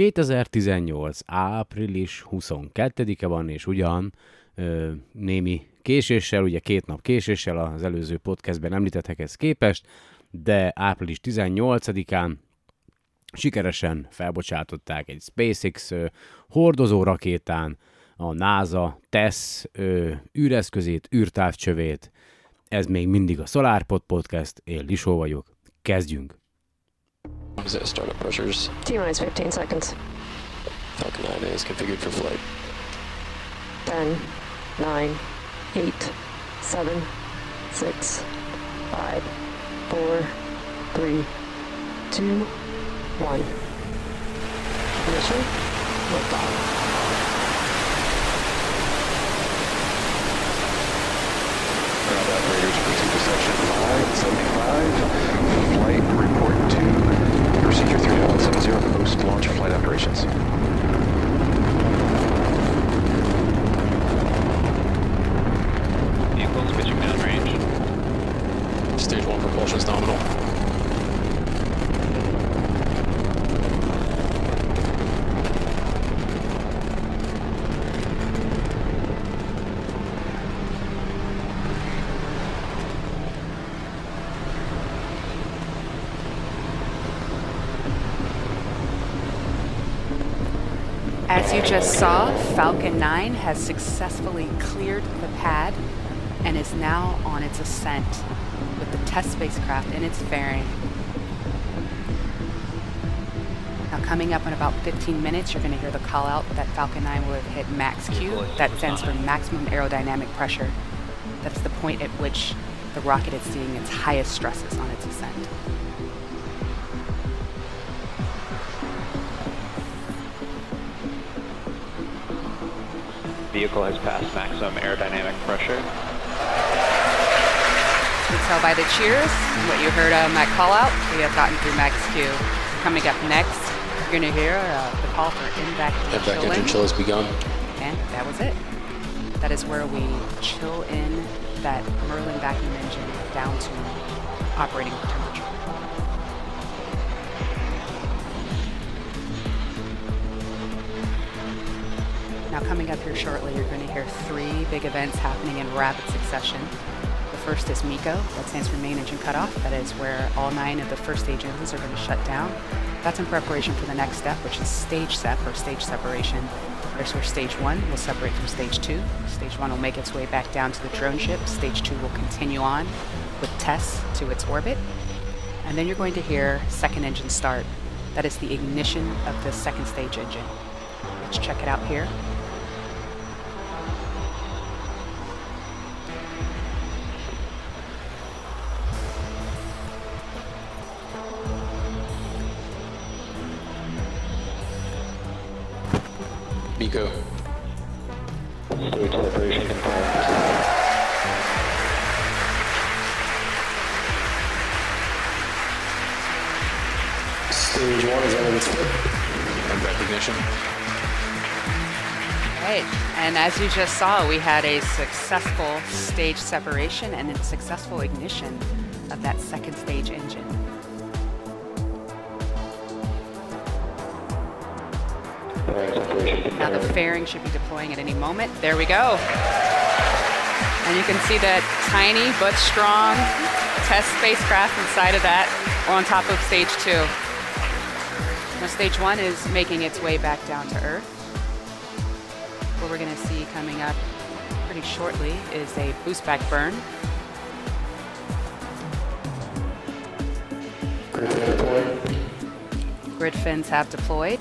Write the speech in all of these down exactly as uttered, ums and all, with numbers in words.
kétezer-tizennyolc. április huszonkettedike van, és ugyan ö, némi késéssel, ugye két nap késéssel az előző podcastben említettekhez képest, de április tizennyolcadikán sikeresen felbocsátották egy SpaceX ö, hordozó rakétán a NASA TESS ö, űreszközét, űrtávcsövét. Ez még mindig a SolarPod Podcast, én Lisó vagyok. Kezdjünk! Startup pressures. T-minus fifteen seconds. Falcon nine A is configured for flight. ten, nine, eight, seven, six, five, four, three, two, one. Ignition. Liftoff. Ground operators proceed to section five seventy-five. Flight report to procedure three one seven zero post-launch flight operations. Vehicles pitching downrange. Stage one propulsion is nominal. As you just saw, Falcon nine has successfully cleared the pad and is now on its ascent with the test spacecraft in its fairing. Now coming up in about fifteen minutes, you're going to hear the call out that Falcon nine will have hit max Q. That stands for maximum aerodynamic pressure. That is the point at which the rocket is seeing its highest stresses on its ascent. Vehicle has passed maximum aerodynamic pressure. You can tell by the cheers, what you heard on that call out, we have gotten through max Q. Coming up next, you're going to hear uh, the call for in-vac Evac chilling. engine chill has begun. And that was it. That is where we chill in that Merlin vacuum engine down to operating temperature. Now coming up here shortly, you're going to hear three big events happening in rapid succession. The first is MECO, that stands for main engine cutoff. That is where all nine of the first stage engines are going to shut down. That's in preparation for the next step, which is stage sep, or stage separation. There's where stage one will separate from stage two. Stage one will make its way back down to the drone ship. Stage two will continue on with tests to its orbit. And then you're going to hear second engine start. That is the ignition of the second stage engine. Let's check it out here. MECO. Stage separation confirmed. Stage one is under its foot. Evac ignition. Right, and as you just saw, we had a successful stage separation and a successful ignition of that second stage engine. Now the fairing should be deploying at any moment. There we go. And you can see that tiny but strong test spacecraft inside of that on top of stage two. Now stage one is making its way back down to Earth. What we're going to see coming up pretty shortly is a boost back burn. Grid fin deployed. Grid fins have deployed.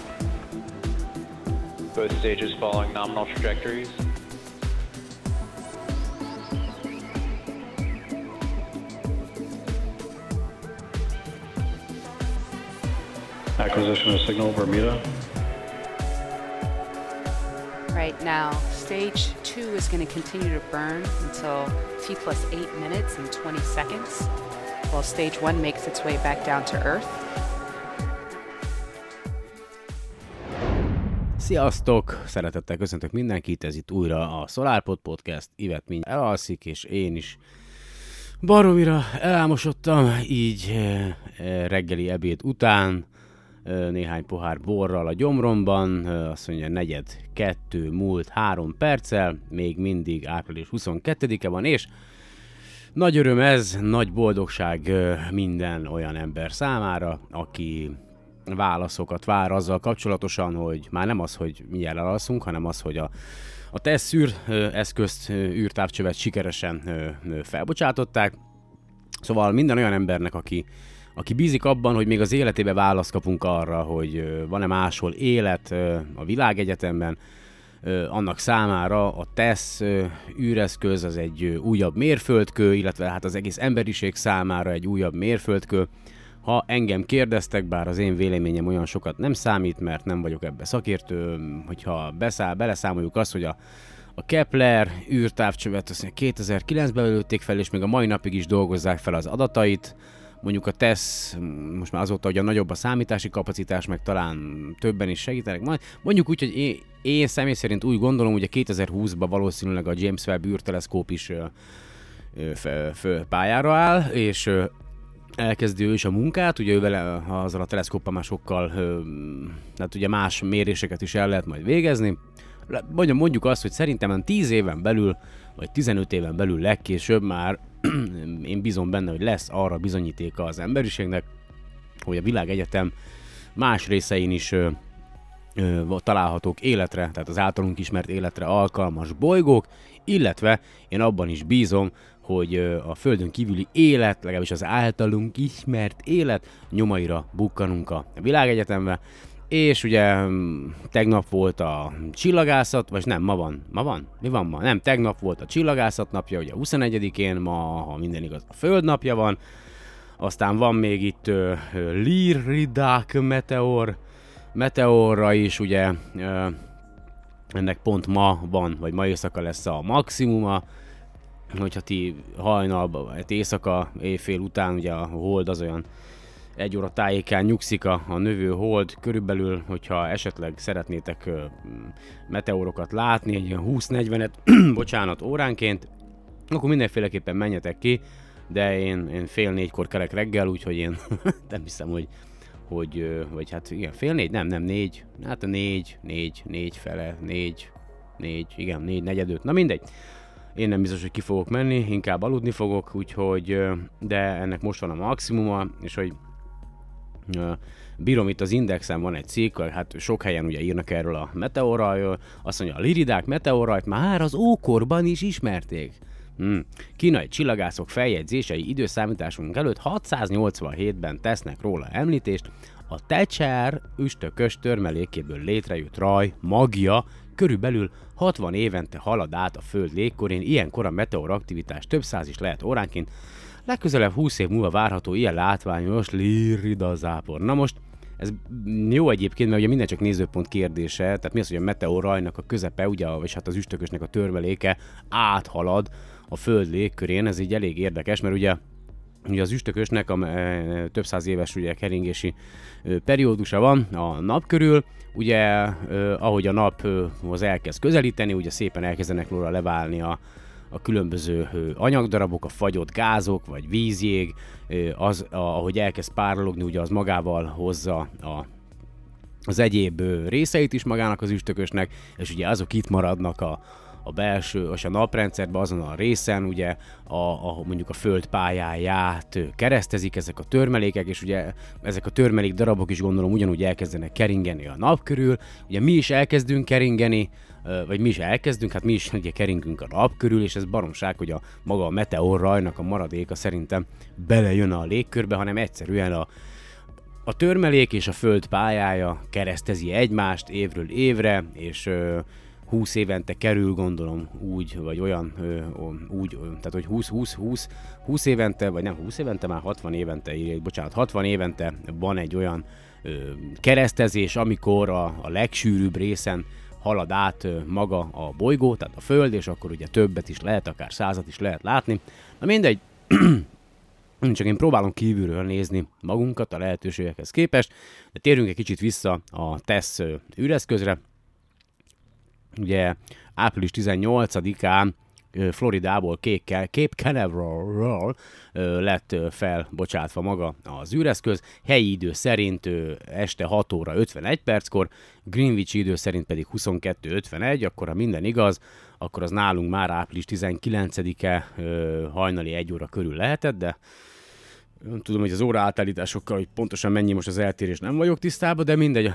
Both stages following nominal trajectories. Acquisition of signal, Bermuda. Right now, stage two is going to continue to burn until T plus eight minutes and twenty seconds, while stage one makes its way back down to Earth. Sziasztok! Szeretettel köszöntök mindenkit, ez itt újra a SolarPod Podcast. Ivet mindjárt elalszik, és én is baromira elálmosodtam, így reggeli ebéd után néhány pohár borral a gyomromban, azt mondja, negyed kettő múlt három perccel, még mindig április huszonkettedike van, és nagy öröm ez, nagy boldogság minden olyan ember számára, aki válaszokat vár azzal kapcsolatosan, hogy már nem az, hogy milyen elalszunk, hanem az, hogy a, a teszt űr eszközt, űrtávcsövet sikeresen felbocsátották. Szóval minden olyan embernek, aki, aki bízik abban, hogy még az életébe választ kapunk arra, hogy van-e máshol élet a világegyetemben, annak számára a TESZ űreszköz az egy újabb mérföldkő, illetve hát az egész emberiség számára egy újabb mérföldkő. Ha engem kérdeztek, bár az én véleményem olyan sokat nem számít, mert nem vagyok ebbe szakértő, hogyha beszáll, beleszámoljuk azt, hogy a, a Kepler űrtávcsövet azt kétezer-kilencben lőtték fel, és még a mai napig is dolgozzák fel az adatait. Mondjuk a TESZ, most már azóta ugye nagyobb a számítási kapacitás, meg talán többen is segítenek. Majd mondjuk úgy, hogy én, én személy szerint úgy gondolom, hogy a kétezer-húszban valószínűleg a James Webb űrteleszkóp is ö, ö, f, f, pályára áll, és ö, elkezdi ő is a munkát, ugye ő vele azzal a teleszkóppal már sokkal, ö, hát ugye más méréseket is el lehet majd végezni. Mondjuk, mondjuk azt, hogy szerintem tíz éven belül, vagy tizenöt éven belül legkésőbb már én bízom benne, hogy lesz arra bizonyítéka az emberiségnek, hogy a világegyetem más részein is ö, ö, találhatók életre, tehát az általunk ismert életre alkalmas bolygók, illetve én abban is bízom, hogy ö, a Földön kívüli élet, legalábbis az általunk ismert élet nyomaira bukkanunk a világegyetembe. És ugye tegnap volt a csillagászat, vagy nem, ma van, ma van? Mi van ma? Nem, tegnap volt a csillagászat napja, ugye huszonegyedikén, ma, ha minden igaz, a Föld napja van. Aztán van még itt uh, Lyridak meteor, meteorra is, ugye uh, ennek pont ma van, vagy ma éjszaka lesz a maximuma. Hogyha ti hajnalban, hát éjszaka, éjfél után, ugye a hold az olyan egy óra tájékán nyugszik a, a növő hold, körülbelül, hogyha esetleg szeretnétek ö, meteorokat látni, egy ilyen húsz-negyvenet, bocsánat, óránként, akkor mindenféleképpen menjetek ki, de én, én fél négykor kelek reggel, úgyhogy én nem hiszem, hogy, hogy, vagy hát igen, fél négy, nem, nem, négy, hát a négy, négy, négy fele, négy, négy, igen, négy, negyedöt, na mindegy. Én nem biztos, hogy ki fogok menni, inkább aludni fogok, úgyhogy, de ennek most van a maximuma, és hogy bírom, itt az Indexen van egy cikk, hát sok helyen ugye írnak erről a meteorral, azt mondja, a Lyridak meteorrajt már az ókorban is ismerték. Hmm. Kínai csillagászok feljegyzései időszámításunk előtt hatszáznyolcvanhétben tesznek róla említést, a Techer üstökös törmelékéből létrejött raj magja körülbelül hatvan évente halad át a Föld légkorén, ilyenkor a meteor aktivitás több száz is lehet óránként. Legközelebb húsz év múlva várható ilyen látványos Lyrida zápor. Na most, ez jó egyébként, mert ugye minden csak nézőpont kérdése, tehát mi az, hogy a meteorrajnak a közepe, ugye, vagy hát az üstökösnek a törmeléke áthalad a Föld légkörén, ez így elég érdekes, mert ugye, ugye az üstökösnek a e, több száz éves ugye, keringési e, periódusa van a nap körül, ugye e, ahogy a naphoz elkezd közelíteni, ugye szépen elkezdenek róla leválni a a különböző anyagdarabok, a fagyott gázok, vagy vízjég, az, ahogy elkezd párologni, ugye az magával hozza a, az egyéb részeit is magának az üstökösnek, és ugye azok itt maradnak a, a belső, és a naprendszerben azon a részen, ugye a, a, mondjuk a Föld pályáját keresztezik ezek a törmelékek, és ugye ezek a törmelék darabok is gondolom ugyanúgy elkezdenek keringeni a nap körül, ugye mi is elkezdünk keringeni, vagy mi is elkezdünk, hát mi is ugye keringünk a nap körül, és ez baromság, hogy a maga a meteorrajnak a maradéka szerintem belejön a légkörbe, hanem egyszerűen a, a törmelék és a Föld pályája keresztezi egymást évről évre, és ö, húsz évente kerül, gondolom, úgy, vagy olyan, ö, úgy, ö, tehát hogy húsz, húsz, húsz, húsz évente, vagy nem húsz évente, már hatvan évente, bocsánat, hatvan évente van egy olyan ö, keresztezés, amikor a, a legsűrűbb részen halad át maga a bolygó, tehát a Föld, és akkor ugye többet is lehet, akár százat is lehet látni. Na mindegy, csak én próbálom kívülről nézni magunkat a lehetőségekhez képest, de térjünk egy kicsit vissza a TESZ űreszközre. Ugye április tizennyolcadikán Floridából Cape Canaveral lett felbocsátva maga az űreszköz, helyi idő szerint este hat óra ötvenegy perckor, Greenwich idő szerint pedig huszonkettő ötvenegy, akkor ha minden igaz, akkor az nálunk már április tizenkilencedike hajnali egy óra körül lehetett, de nem tudom, hogy az óra átállításokkal, hogy pontosan mennyi most az eltérés, nem vagyok tisztában, de mindegy.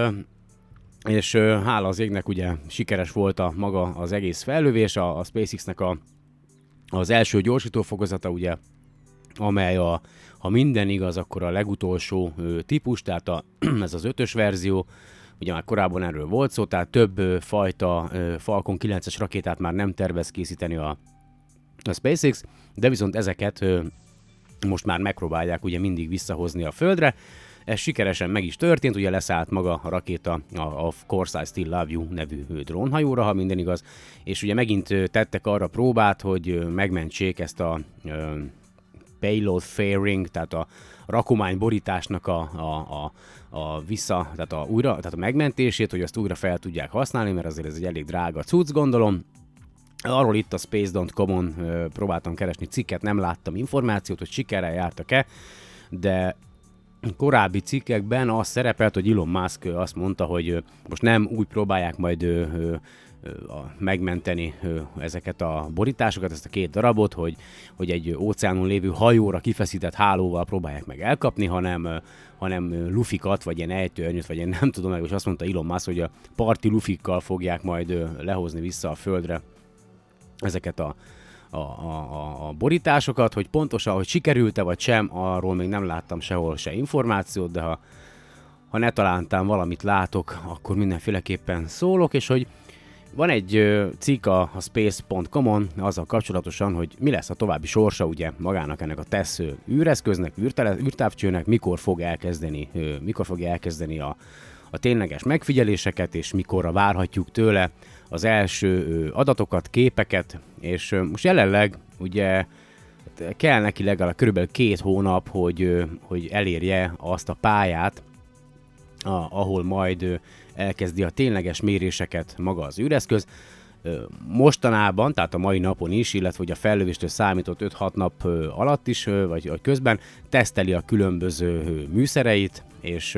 És hála az égnek ugye sikeres volt a maga az egész fellövés, a, a SpaceX-nek a, az első gyorsítófokozata, ugye, amely a, ha minden igaz, akkor a legutolsó ö, típus, tehát a, ez az ötös verzió, ugye már korábban erről volt szó, tehát több ö, fajta ö, Falcon kilences rakétát már nem tervez készíteni a, a SpaceX, de viszont ezeket ö, most már megpróbálják ugye mindig visszahozni a Földre. Ez sikeresen meg is történt, ugye leszállt maga a rakéta a, a Course I Still Love You nevű drónhajóra, ha minden igaz, és ugye megint tettek arra próbát, hogy megmentsék ezt a ö, payload fairing, tehát a rakományborításnak a, a, a, a vissza, tehát a, újra, tehát a megmentését, hogy azt újra fel tudják használni, mert azért ez egy elég drága cucc, gondolom. Arról itt a space dot com-on ö, próbáltam keresni cikket, nem láttam információt, hogy sikerrel jártak-e, de korábbi cikkekben az szerepelt, hogy Elon Musk azt mondta, hogy most nem úgy próbálják majd ö, ö, ö, megmenteni ö, ezeket a borításokat, ezt a két darabot, hogy, hogy egy óceánon lévő hajóra kifeszített hálóval próbálják meg elkapni, hanem, ö, hanem lufikat, vagy ilyen ejtőernyőt, vagy én nem tudom meg, és azt mondta Elon Musk, hogy a parti lufikkal fogják majd ö, lehozni vissza a Földre ezeket a A, a, a borításokat, hogy pontosan, hogy sikerült-e vagy sem, arról még nem láttam sehol se információt, de ha, ha ne talántán valamit látok, akkor mindenféleképpen szólok, és hogy van egy ö, cikk a, a space dot com-on azzal kapcsolatosan, hogy mi lesz a további sorsa ugye magának ennek a TESS űreszköznek, űrtele, űrtávcsőnek, mikor fog elkezdeni, ö, mikor fogja elkezdeni a, a tényleges megfigyeléseket, és mikorra várhatjuk tőle az első adatokat, képeket, és most jelenleg ugye kell neki legalább körülbelül két hónap, hogy, hogy elérje azt a pályát, ahol majd elkezdi a tényleges méréseket maga az űreszköz. Mostanában, tehát a mai napon is, illetve hogy a fellövéstől számított öt-hat nap alatt is, vagy, vagy közben teszteli a különböző műszereit, és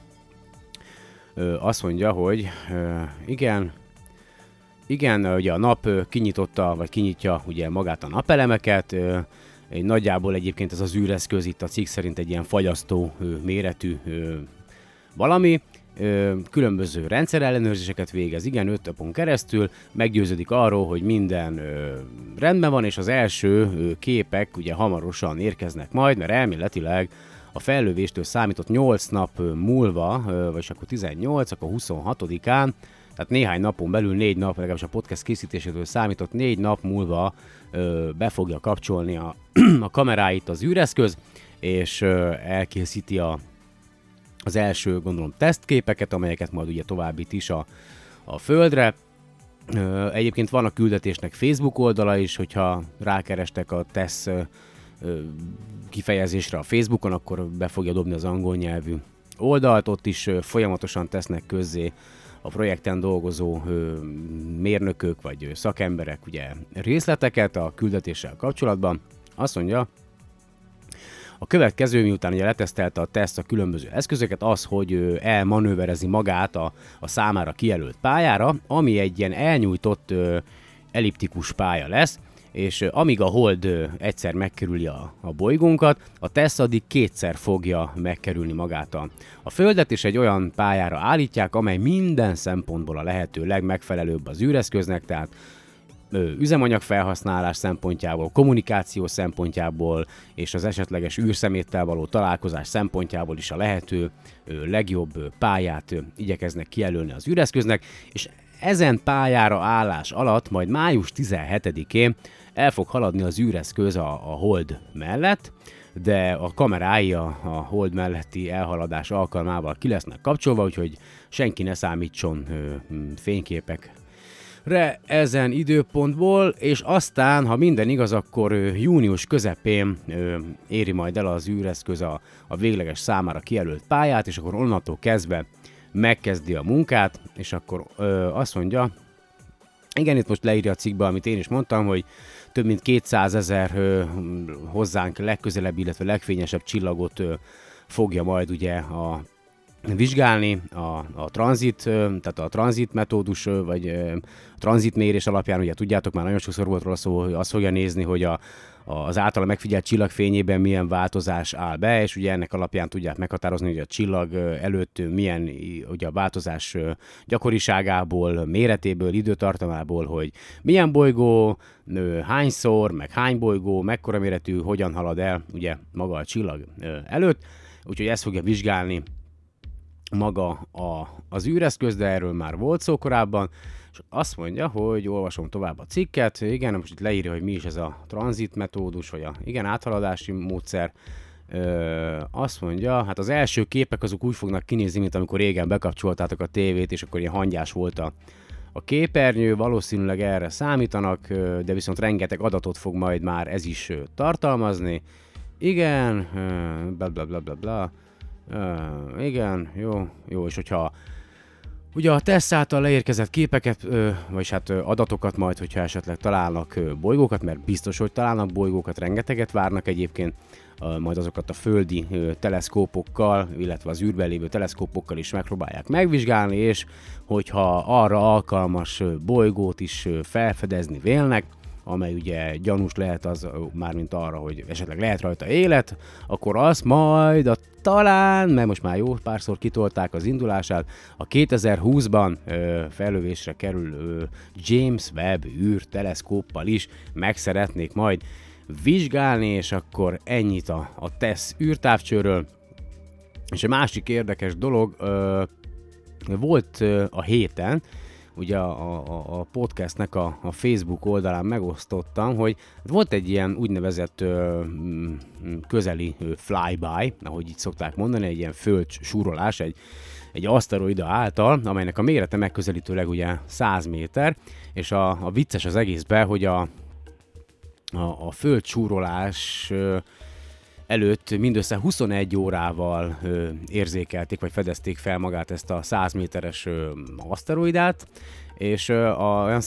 azt mondja, hogy igen, Igen, ugye a nap kinyitotta, vagy kinyitja ugye magát a napelemeket, egy nagyjából egyébként ez az űreszköz itt a cikk szerint egy ilyen fagyasztó méretű valami, különböző rendszerellenőrzéseket végez, igen, öt napon keresztül, meggyőződik arról, hogy minden rendben van, és az első képek ugye hamarosan érkeznek majd, mert elméletileg a fellövéstől számított nyolc nap múlva, vagy akkor tizennyolc, akkor huszonhatodikán, tehát néhány napon belül, négy nap, legalábbis a podcast készítésétől számított négy nap múlva ö, be fogja kapcsolni a, a kameráit az űreszköz, és ö, elkészíti a, az első, gondolom, tesztképeket, amelyeket majd ugye továbbít is a, a Földre. Ö, egyébként van a küldetésnek Facebook oldala is, hogyha rákerestek a TESS ö, ö, kifejezésre a Facebookon, akkor be fogja dobni az angol nyelvű oldalt, ott is ö, folyamatosan tesznek közzé a projekten dolgozó ö, mérnökök vagy ö, szakemberek ugye részleteket a küldetéssel kapcsolatban. Azt mondja, a következő, miután ugye letesztelte a teszt a különböző eszközöket, az, hogy ö, elmanőverezi magát a, a számára kijelölt pályára, ami egy ilyen elnyújtott ö, elliptikus pálya lesz, és amíg a Hold egyszer megkerüli a, a bolygónkat, a TESS addig kétszer fogja megkerülni magát a, a Földet, és egy olyan pályára állítják, amely minden szempontból a lehető legmegfelelőbb az űreszköznek, tehát ö, üzemanyag felhasználás szempontjából, kommunikáció szempontjából, és az esetleges űrszeméttel való találkozás szempontjából is a lehető ö, legjobb pályát ö, igyekeznek kijelölni az űreszköznek, és ezen pályára állás alatt majd május tizenhetedikén el fog haladni az űreszköz a, a Hold mellett, de a kamerái a, a Hold melletti elhaladás alkalmával ki lesznek kapcsolva, úgyhogy senki ne számítson ö, fényképekre ezen időpontból, és aztán, ha minden igaz, akkor ö, június közepén ö, éri majd el az űreszköz a, a végleges számára kijelölt pályát, és akkor onnantól kezdve megkezdi a munkát, és akkor ö, azt mondja, Igen, itt most leírja a cikkbe, amit én is mondtam, hogy több mint kétszázezer hozzánk legközelebb, illetve legfényesebb csillagot ö, fogja majd ugye a vizsgálni a, a tranzit, tehát a tranzit metódus, vagy a tranzitmérés alapján, ugye tudjátok, már nagyon sokszor volt róla szó, hogy azt fogja nézni, hogy a, az általa megfigyelt csillag fényében milyen változás áll be, és ugye ennek alapján tudják meghatározni, hogy a csillag előtt milyen ugye a változás gyakoriságából, méretéből, időtartamából, hogy milyen bolygó, hányszor, meg hány bolygó, mekkora méretű, hogyan halad el ugye maga a csillag előtt, úgyhogy ezt fogja vizsgálni maga a, az űreszköz, de erről már volt szó korábban, és azt mondja, hogy olvasom tovább a cikket, igen, most itt leírja, hogy mi is ez a tranzit metódus, vagy a igen, áthaladási módszer. Ö, azt mondja, hát az első képek azok úgy fognak kinézni, mint amikor régen bekapcsoltátok a tévét, és akkor ilyen hangyás volt a, a képernyő, valószínűleg erre számítanak, de viszont rengeteg adatot fog majd már ez is tartalmazni. Igen, bla bla bla bla bla. Uh, igen, jó, jó, és hogyha ugye a teszt által leérkezett képeket, uh, vagyis hát uh, adatokat majd, hogyha esetleg találnak uh, bolygókat, mert biztos, hogy találnak bolygókat, rengeteget várnak egyébként, uh, majd azokat a földi uh, teleszkópokkal, illetve az űrben lévő teleszkópokkal is megpróbálják megvizsgálni, és hogyha arra alkalmas uh, bolygót is uh, felfedezni vélnek, amely ugye gyanús lehet az, mármint arra, hogy esetleg lehet rajta élet, akkor azt majd a talán, mert most már jó párszor kitolták az indulását, a kétezer-húszban ö, fellövésre kerülő James Webb űrteleszkóppal is meg szeretnék majd vizsgálni, és akkor ennyit a, a TESS űrtávcsőről. És a másik érdekes dolog ö, volt ö, a héten, ugye a, a, a podcastnek a, a Facebook oldalán megosztottam, hogy volt egy ilyen úgynevezett ö, közeli ö, flyby, ahogy így szokták mondani, egy ilyen földsúrolás, egy, egy aszteroida által, amelynek a mérete megközelítőleg ugye száz méter, és a, a vicces az egészben, hogy a, a, a földsúrolás ö, előtt mindössze huszonegy órával ö, érzékelték, vagy fedezték fel magát ezt a száz méteres ö, aszteroidát, és ö, a, olyan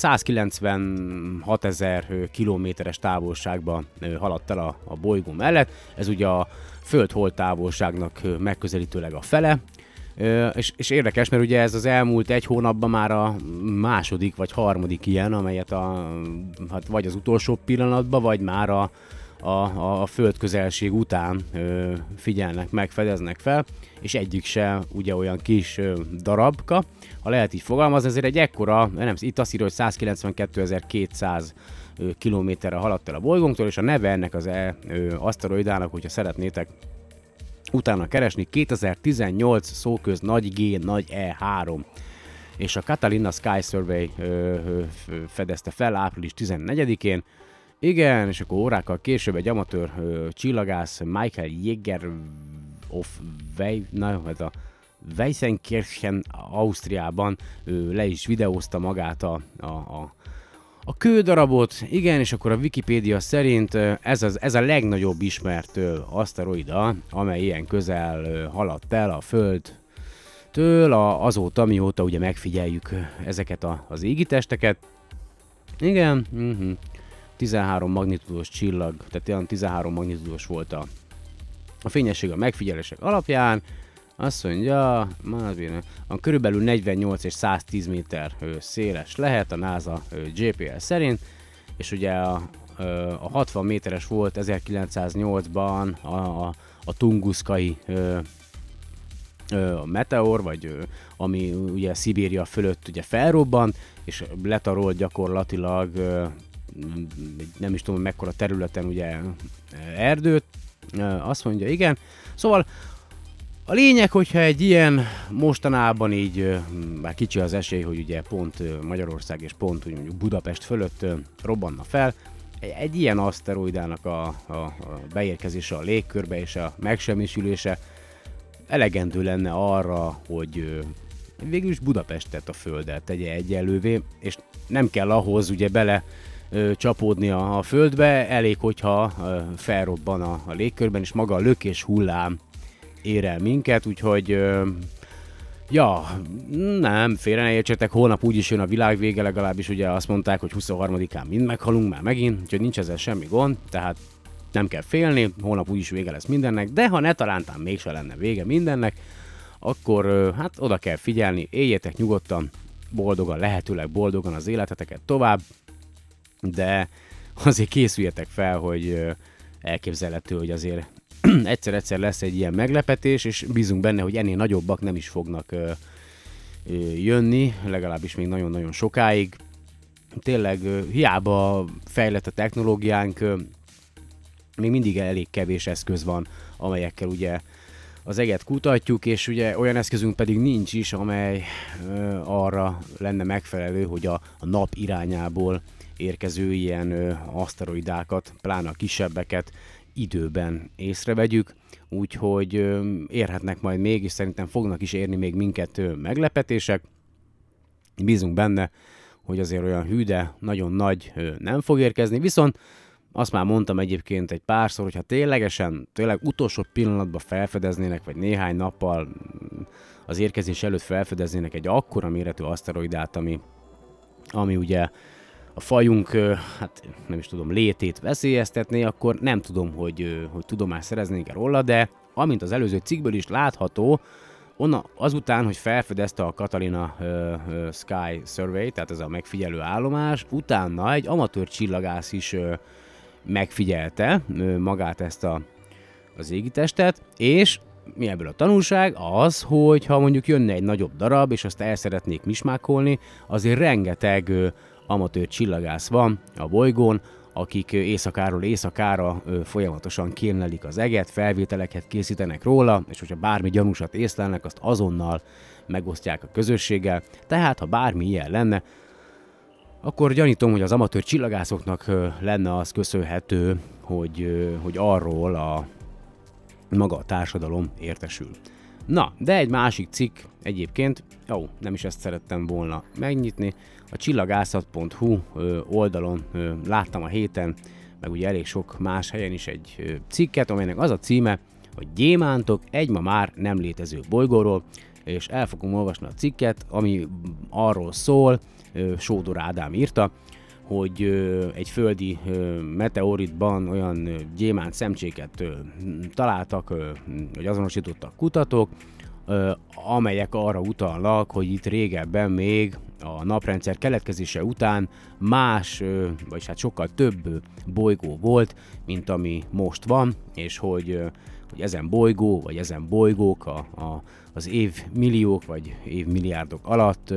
százkilencvenhatezer kilométeres távolságban ö, haladt el a, a bolygó mellett. Ez ugye a Föld-Hold távolságnak ö, megközelítőleg a fele, ö, és, és érdekes, mert ugye ez az elmúlt egy hónapban már a második vagy harmadik ilyen, amelyet a, hát vagy az utolsó pillanatban, vagy már a A, a földközelség után ö, figyelnek meg, fedeznek fel, és egyik se ugye olyan kis ö, darabka, ha lehet így fogalmazni, ezért egy ekkora, nem, itt azt írja, hogy százkilencvenkétezer-kétszáz kilométerre haladt el a bolygónktól, és a neve ennek az e, ö, aszteroidának, hogyha szeretnétek utána keresni, kétezer-tizennyolc szóköz nagy G, nagy E három. És a Catalina Sky Survey ö, ö, fedezte fel április tizennegyedikén. Igen, és akkor órákkal később egy amatőr ö, csillagász, Michael Jäger of Wei, na, ez a Weisenkirchen, Ausztriában ö, le is videózta magát a, a, a, a kődarabot. Igen, és akkor a Wikipédia szerint ö, ez, az, ez a legnagyobb ismert ö, aszteroida, amely ilyen közel ö, haladt el a Földtől a, azóta, mióta ugye megfigyeljük ezeket a, az égitesteket. Igen, uh-huh. tizenhárom magnitudos csillag, tehát olyan tizenhárom magnitudos volt a, a fényesség a megfigyelések alapján. Azt mondja, a körülbelül negyvennyolc és száztíz méter széles lehet a NASA gé pé es szerint, és ugye a, a hatvan méteres volt ezerkilencszáznyolcban a, a, a Tunguszkai a meteor, vagy ami ugye Szibéria fölött ugye felrobbant, és letarolt gyakorlatilag nem is tudom, mekkora területen ugye erdőt, azt mondja, igen. Szóval a lényeg, hogyha egy ilyen mostanában így, bár kicsi az esély, hogy ugye pont Magyarország és pont úgy mondjuk Budapest fölött robbanna fel, egy, egy ilyen aszteroidának a, a, a beérkezése a légkörbe és a megsemmisülése elegendő lenne arra, hogy végül is Budapestet a Földdel tegye egyenlővé, és nem kell ahhoz ugye bele ö, csapódni a, a földbe, elég, hogyha ö, felrobban a, a légkörben, és maga a lökés hullám ér el minket, úgyhogy ö, Ja, nem, félre ne értsetek, holnap úgyis jön a világvége, legalábbis ugye azt mondták, hogy huszonharmadikán mind meghalunk már megint, úgyhogy nincs ezzel semmi gond, tehát nem kell félni, holnap úgyis vége lesz mindennek, de ha ne talántán mégse lenne vége mindennek, akkor hát oda kell figyelni, éljétek nyugodtan, boldogan, lehetőleg boldogan az életeteket tovább, de azért készüljetek fel, hogy elképzelhető, hogy azért egyszer-egyszer lesz egy ilyen meglepetés, és bízunk benne, hogy ennél nagyobbak nem is fognak ö, ö, jönni, legalábbis még nagyon-nagyon sokáig. Tényleg ö, hiába fejlett a technológiánk, ö, még mindig elég kevés eszköz van, amelyekkel ugye az eget kutatjuk, és ugye olyan eszközünk pedig nincs is, amely ö, arra lenne megfelelő, hogy a, a nap irányából érkező ilyen ö, aszteroidákat, pláne a kisebbeket időben észrevegyük, úgyhogy ö, érhetnek majd még, és szerintem fognak is érni még minket ö, meglepetések. Bízunk benne, hogy azért olyan hű, de nagyon nagy ö, nem fog érkezni, viszont azt már mondtam egyébként egy párszor, hogyha ténylegesen, tényleg utolsó pillanatban felfedeznének, vagy néhány nappal az érkezés előtt felfedeznének egy akkora méretű aszteroidát, ami, ami ugye a fajunk, hát nem is tudom, létét veszélyeztetné, akkor nem tudom, hogy, hogy tudomást szereznénk-e róla, de amint az előző cikkből is látható, onna, azután, hogy felfedezte a Catalina uh, uh, Sky Survey, tehát ez a megfigyelő állomás, utána egy amatőr csillagász is uh, megfigyelte uh, magát ezt a, az égitestet, és mi ebből a tanulság? Az, hogy ha mondjuk jönne egy nagyobb darab, és azt el szeretnék mismákolni, azért rengeteg uh, amatőr csillagász van a bolygón, akik éjszakáról éjszakára ö, folyamatosan kérnelik az eget, felvételeket készítenek róla, és hogyha bármi gyanúsat észlelnek, azt azonnal megosztják a közösséggel. Tehát, ha bármi ilyen lenne, akkor gyanítom, hogy az amatőr csillagászoknak ö, lenne az köszönhető, hogy, ö, hogy arról a maga a társadalom értesül. Na, de egy másik cikk egyébként, ó, nem is ezt szerettem volna megnyitni, a csillagászat pont hu oldalon láttam a héten, meg ugye elég sok más helyen is egy cikket, amelynek az a címe, hogy gyémántok egy ma már nem létező bolygóról, és el fogom olvasni a cikket, ami arról szól, Sódor Ádám írta, hogy egy földi meteoritban olyan gyémánt szemcséket találtak, vagy azonosítottak kutatók, amelyek arra utalnak, hogy itt régebben még a naprendszer keletkezése után más, vagy hát sokkal több bolygó volt, mint ami most van, és hogy, hogy ezen bolygó, vagy ezen bolygók a, a, az évmilliók, vagy évmilliárdok alatt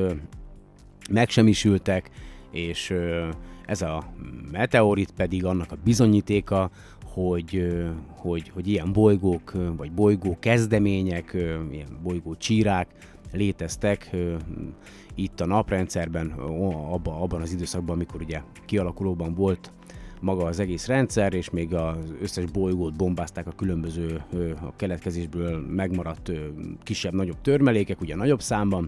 megsemmisültek, és ez a meteorit pedig annak a bizonyítéka, hogy, hogy, hogy ilyen bolygók, vagy bolygó kezdemények, ilyen bolygó csírák léteztek itt a naprendszerben, abban, abban az időszakban, amikor ugye kialakulóban volt maga az egész rendszer, és még az összes bolygót bombázták a különböző a keletkezésből megmaradt kisebb-nagyobb törmelékek, ugye nagyobb számban.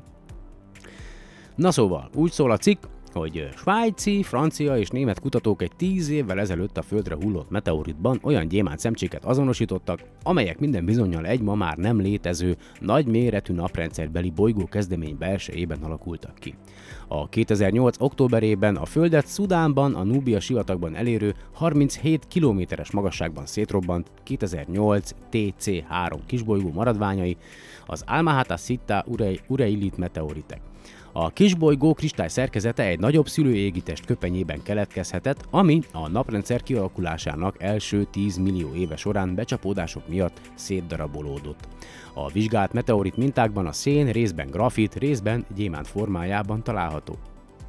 Na szóval, úgy szól a cikk, hogy svájci, francia és német kutatók egy tíz évvel ezelőtt a Földre hullott meteoritban olyan gyémánt szemcséket azonosítottak, amelyek minden bizonnyal egy ma már nem létező, nagy méretű naprendszerbeli bolygó kezdemény belsejében alakultak ki. A kétezer-nyolc októberében a Földet Szudánban, a Núbia sivatagban elérő harminchét kilométeres magasságban szétrobbant kétezer-nyolc té cé három kisbolygó maradványai, az Almahata Sitta Ureilit meteoritek. A kisbolygó kristály szerkezete egy nagyobb szülőégitest köpenyében keletkezhetett, ami a naprendszer kialakulásának első tíz millió éve során becsapódások miatt szétdarabolódott. A vizsgált meteorit mintákban a szén részben grafit, részben gyémánt formájában található.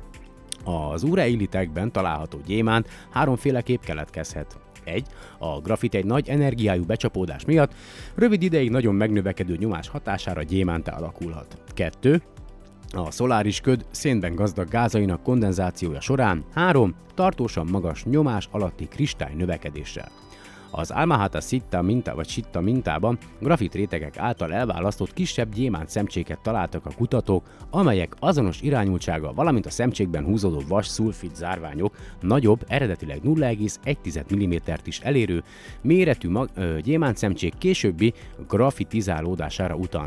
Az ureilitekben található gyémánt háromféleképp keletkezhet. egy. A grafit egy nagy energiájú becsapódás miatt rövid ideig nagyon megnövekedő nyomás hatására gyémánttá alakulhat. kettő. A szoláris köd szénben gazdag gázainak kondenzációja során. három. Tartósan magas nyomás alatti kristály növekedéssel. Az Almahata Sitta minta vagy Sitta mintában grafit rétegek által elválasztott kisebb gyémánt szemcséket találtak a kutatók, amelyek azonos irányultsága, valamint a szemcsékben húzódó vas szulfid zárványok nagyobb, eredetileg nulla egész egy millimétert is elérő méretű mag- ö, gyémánt szemcsék későbbi grafitizálódására utalnak.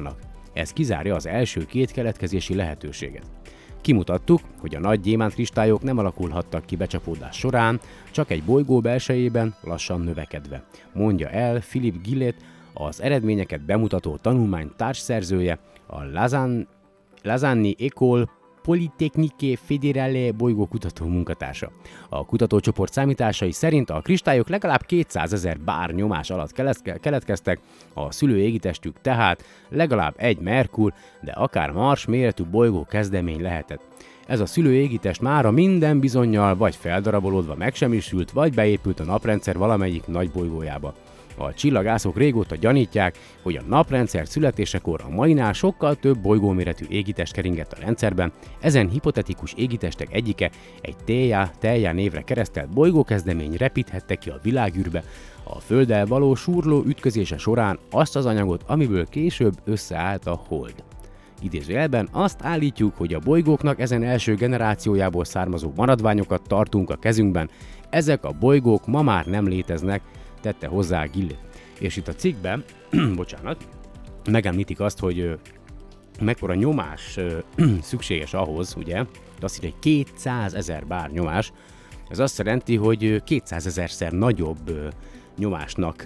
ez kizárja az első két keletkezési lehetőséget. Kimutattuk, hogy a nagy gyémántkristályok nem alakulhattak ki becsapódás során, csak egy bolygó belsejében lassan növekedve, mondja el Philip Gillett, az eredményeket bemutató tanulmány társszerzője, a Lausanne, Lausanne École Polytechnique Fédérale bolygókutató munkatársa. A kutatócsoport számításai szerint a kristályok legalább kétszázezer bár nyomás alatt keletkeztek, a szülő égitestük tehát legalább egy Merkur, de akár Mars méretű bolygó kezdemény lehetett. Ez a szülő égitest mára minden bizonnyal vagy feldarabolódva megsemmisült, vagy beépült a naprendszer valamelyik nagy bolygójába. A csillagászok régóta gyanítják, hogy a naprendszer születésekor a mainál sokkal több bolygóméretű égitest keringett a rendszerben, ezen hipotetikus égitestek egyike egy Theia, Theia névre keresztelt bolygókezdemény repíthette ki a világűrbe a Földdel való súrló ütközése során azt az anyagot, amiből később összeállt a Hold. Idézőjelben azt állítjuk, hogy a bolygóknak ezen első generációjából származó maradványokat tartunk a kezünkben, ezek a bolygók ma már nem léteznek, tette hozzá Gillett. És itt a cikkben, bocsánat, megemlítik azt, hogy mekkora nyomás szükséges ahhoz, ugye, azt írja, hogy kétszázezer bár nyomás, ez azt jelenti, hogy kétszázezerszer nagyobb nyomásnak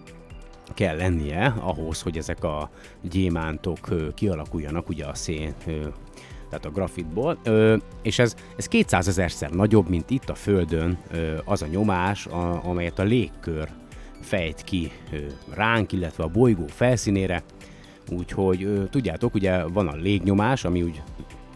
kell lennie ahhoz, hogy ezek a gyémántok kialakuljanak, ugye a szén, tehát a grafitból, és ez, ez kétszázezerszer nagyobb, mint itt a Földön az a nyomás, a, amelyet a légkör fejt ki ránk, illetve a bolygó felszínére. Úgyhogy tudjátok, ugye van a légnyomás, ami úgy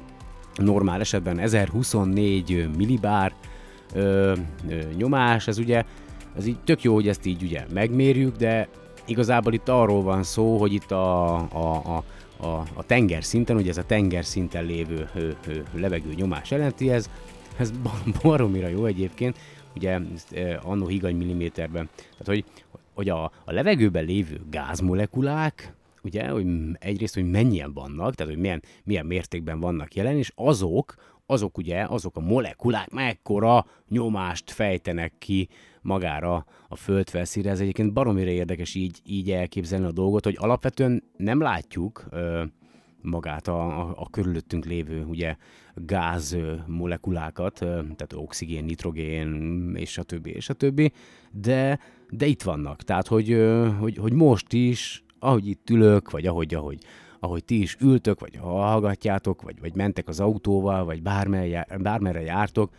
normál esetben ezerhuszonnégy millibár ö, ö, nyomás, ez ugye, ez így tök jó, hogy ezt így ugye megmérjük, de igazából itt arról van szó, hogy itt a, a, a, a, a tengerszinten, ugye ez a tengerszinten lévő ö, ö, levegő nyomás jelenti, ez, ez baromira jó egyébként, ugye annó higany milliméterben, tehát hogy, hogy a, a levegőben lévő gázmolekulák, ugye, hogy egyrészt, hogy mennyien vannak, tehát hogy milyen, milyen mértékben vannak jelen, és azok, azok ugye, azok a molekulák mekkora nyomást fejtenek ki magára a földfelszínre. Ez egyébként baromira érdekes így, így elképzelni a dolgot, hogy alapvetően nem látjuk ö, magát a, a, a körülöttünk lévő ugye, gáz molekulákat, ö, tehát oxigén, nitrogén, és a többi, és a többi, de, de itt vannak. Tehát, hogy, ö, hogy, hogy most is, ahogy itt ülök, vagy ahogy, ahogy, ahogy ti is ültök, vagy hallgatjátok, vagy, vagy mentek az autóval, vagy bármerre, bármerre jártok,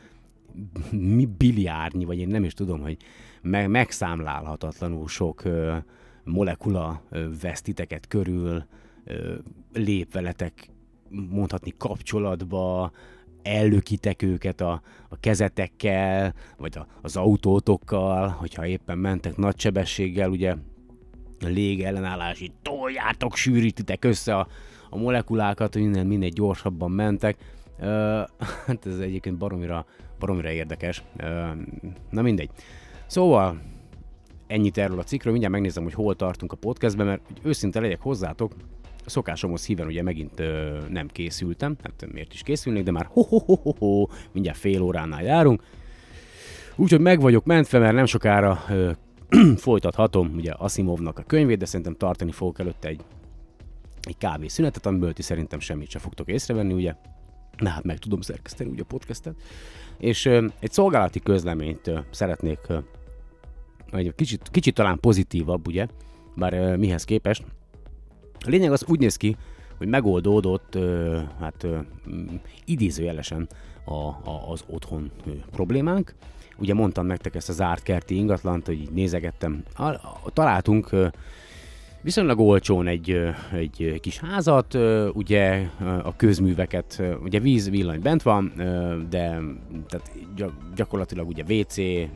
mi biliárdnyi, vagy én nem is tudom, hogy me- megszámlálhatatlanul sok ö, molekula ö, vesz titeket körül, ö, lép veletek mondhatni kapcsolatba, ellökitek őket a, a kezetekkel, vagy a, az autótokkal, hogyha éppen mentek nagy sebességgel, ugye a légellenállás, így toljátok, sűrítitek össze a, a molekulákat, hogy innen minél gyorsabban mentek. Uh, hát ez egyébként baromira, baromira érdekes. Uh, na mindegy. Szóval ennyit erről a cikkről, mindjárt megnézem, hogy hol tartunk a podcastben, mert hogy őszinte legyek hozzátok, a szokásomhoz híven ugye megint uh, nem készültem, hát miért is készülnék, de már ho-ho-ho-ho-ho, mindjárt fél óránál járunk. Úgyhogy meg vagyok mentve, mert nem sokára uh, folytathatom ugye Asimovnak a könyvét, de szerintem tartani fogok előtte egy, egy kávészünetet, amiből ti szerintem semmit sem fogtok észrevenni, ugye? Na hát meg tudom szerkeszteni ugye a podcastet. És ö, egy szolgálati közleményt ö, szeretnék, ö, egy kicsit, kicsit talán pozitívabb, ugye? Bár ö, mihez képest. A lényeg az úgy néz ki, hogy megoldódott, ö, hát ö, idézőjelesen a, a, az otthon ö, problémánk. Ugye mondtam nektek ezt a zárt kerti ingatlant, hogy így nézegettem. Találtunk viszonylag olcsón egy, egy kis házat, ugye a közműveket, ugye víz, villany bent van, de tehát gyakorlatilag ugye vé cé,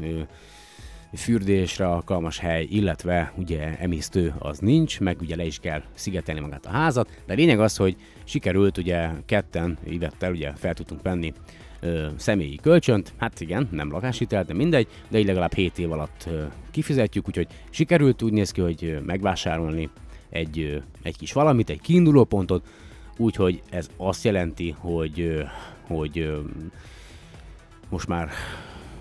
fürdésre alkalmas hely, illetve ugye emésztő az nincs, meg ugye le is kell szigetelni magát a házat, de lényeg az, hogy sikerült ugye ketten Ivettel ugye fel tudtunk venni Ö, személyi kölcsönt, hát igen, nem lakáshitel, de mindegy, de így legalább hét év alatt ö, kifizetjük, úgyhogy sikerült, úgy néz ki, hogy ö, megvásárolni egy, ö, egy kis valamit, egy kiinduló pontot, úgyhogy ez azt jelenti, hogy, ö, hogy ö, most már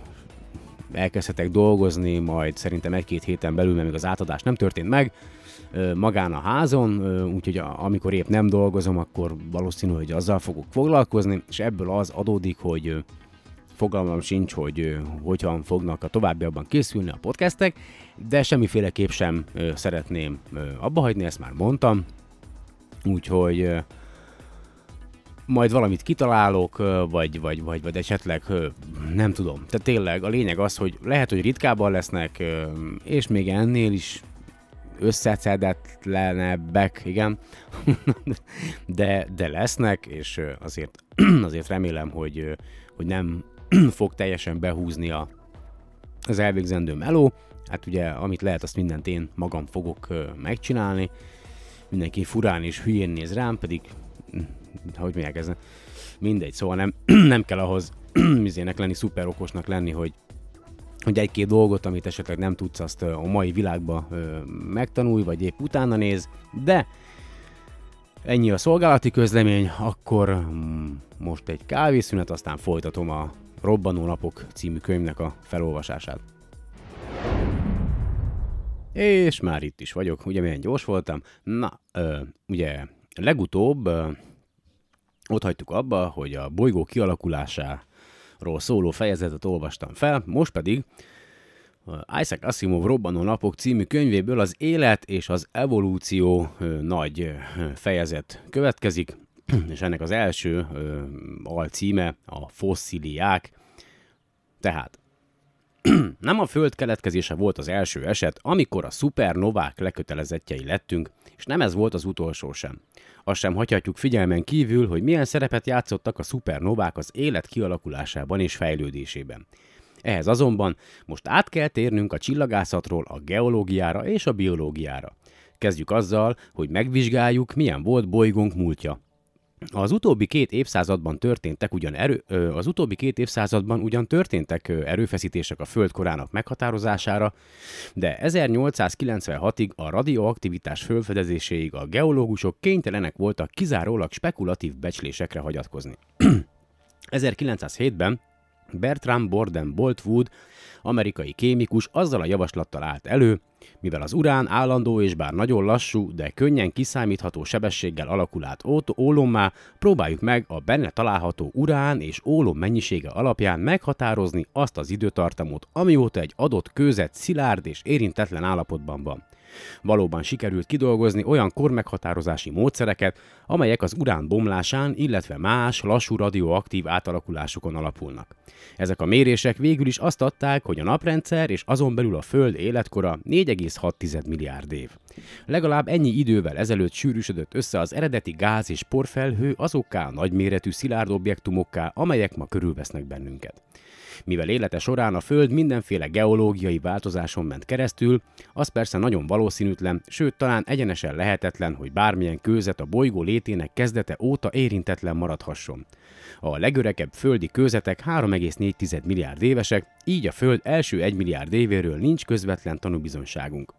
elkezdhetek dolgozni, majd szerintem egy-két héten belül, mert még az átadás nem történt meg, magán a házon, úgyhogy amikor épp nem dolgozom, akkor valószínű, hogy azzal fogok foglalkozni, és ebből az adódik, hogy fogalmam sincs, hogy hogyan fognak a továbbiakban készülni a podcastek, de semmiféleképp sem szeretném abba hagyni, ezt már mondtam, úgyhogy majd valamit kitalálok, vagy, vagy, vagy, vagy esetleg nem tudom. Tehát tényleg a lényeg az, hogy lehet, hogy ritkábban lesznek, és még ennél is összeszedetlenebbek, igen, de, de lesznek, és azért, azért remélem, hogy, hogy nem fog teljesen behúzni a, az elvégzendő meló. Hát ugye, amit lehet, azt mindent én magam fogok megcsinálni. Mindenki furán és hülyén néz rám, pedig hogy mondják ez? Mindegy, szóval nem, nem kell ahhoz mizének lenni, szuper okosnak lenni, hogy, hogy egy-két dolgot, amit esetleg nem tudsz, azt a mai világban megtanulj, vagy épp utána néz, de ennyi a szolgálati közlemény, akkor most egy kávészünet, aztán folytatom a Robbanó napok című könyvnek a felolvasását. És már itt is vagyok, ugye milyen gyors voltam. Na, ö, ugye legutóbb ö, ott hagytuk abba, hogy a bolygó kialakulásáról szóló fejezetet olvastam fel, most pedig Isaac Asimov Robbanó napok című könyvéből az élet és az evolúció ö, nagy ö, fejezet következik, és ennek az első ö, alcíme a fosszíliák. Tehát nem a Föld keletkezése volt az első eset, amikor a szupernovák lekötelezettjei lettünk, és nem ez volt az utolsó sem. Azt sem hagyhatjuk figyelmen kívül, hogy milyen szerepet játszottak a szupernovák az élet kialakulásában és fejlődésében. Ehhez azonban most át kell térnünk a csillagászatról a geológiára és a biológiára. Kezdjük azzal, hogy megvizsgáljuk, milyen volt bolygónk múltja. Az utóbbi két évszázadban történtek ugyan erő, az utóbbi két évszázadban ugyan történtek erőfeszítések a Föld korának meghatározására, de ezernyolcszázkilencvenhatig a radioaktivitás felfedezéséig a geológusok kénytelenek voltak kizárólag spekulatív becslésekre hagyatkozni. ezerkilencszázhétben Bertram Borden Boltwood, amerikai kémikus azzal a javaslattal állt elő, mivel az urán állandó és bár nagyon lassú, de könnyen kiszámítható sebességgel alakul át ólommá, próbáljuk meg a benne található urán és ólom mennyisége alapján meghatározni azt az időtartamot, amióta egy adott kőzet szilárd és érintetlen állapotban van. Valóban sikerült kidolgozni olyan kormeghatározási módszereket, amelyek az urán bomlásán, illetve más, lassú radioaktív átalakulásokon alapulnak. Ezek a mérések végül is azt adták, hogy a naprendszer és azon belül a Föld életkora négy egész hat milliárd év. Legalább ennyi idővel ezelőtt sűrűsödött össze az eredeti gáz- és porfelhő azokká a nagyméretű szilárd objektumokká, amelyek ma körülvesznek bennünket. Mivel élete során a Föld mindenféle geológiai változáson ment keresztül, az persze nagyon valószínűtlen, sőt talán egyenesen lehetetlen, hogy bármilyen kőzet a bolygó létének kezdete óta érintetlen maradhasson. A legöregebb földi kőzetek három egész négy milliárd évesek, így a Föld első egy milliárd évéről nincs közvetlen tanúbizonyságunk.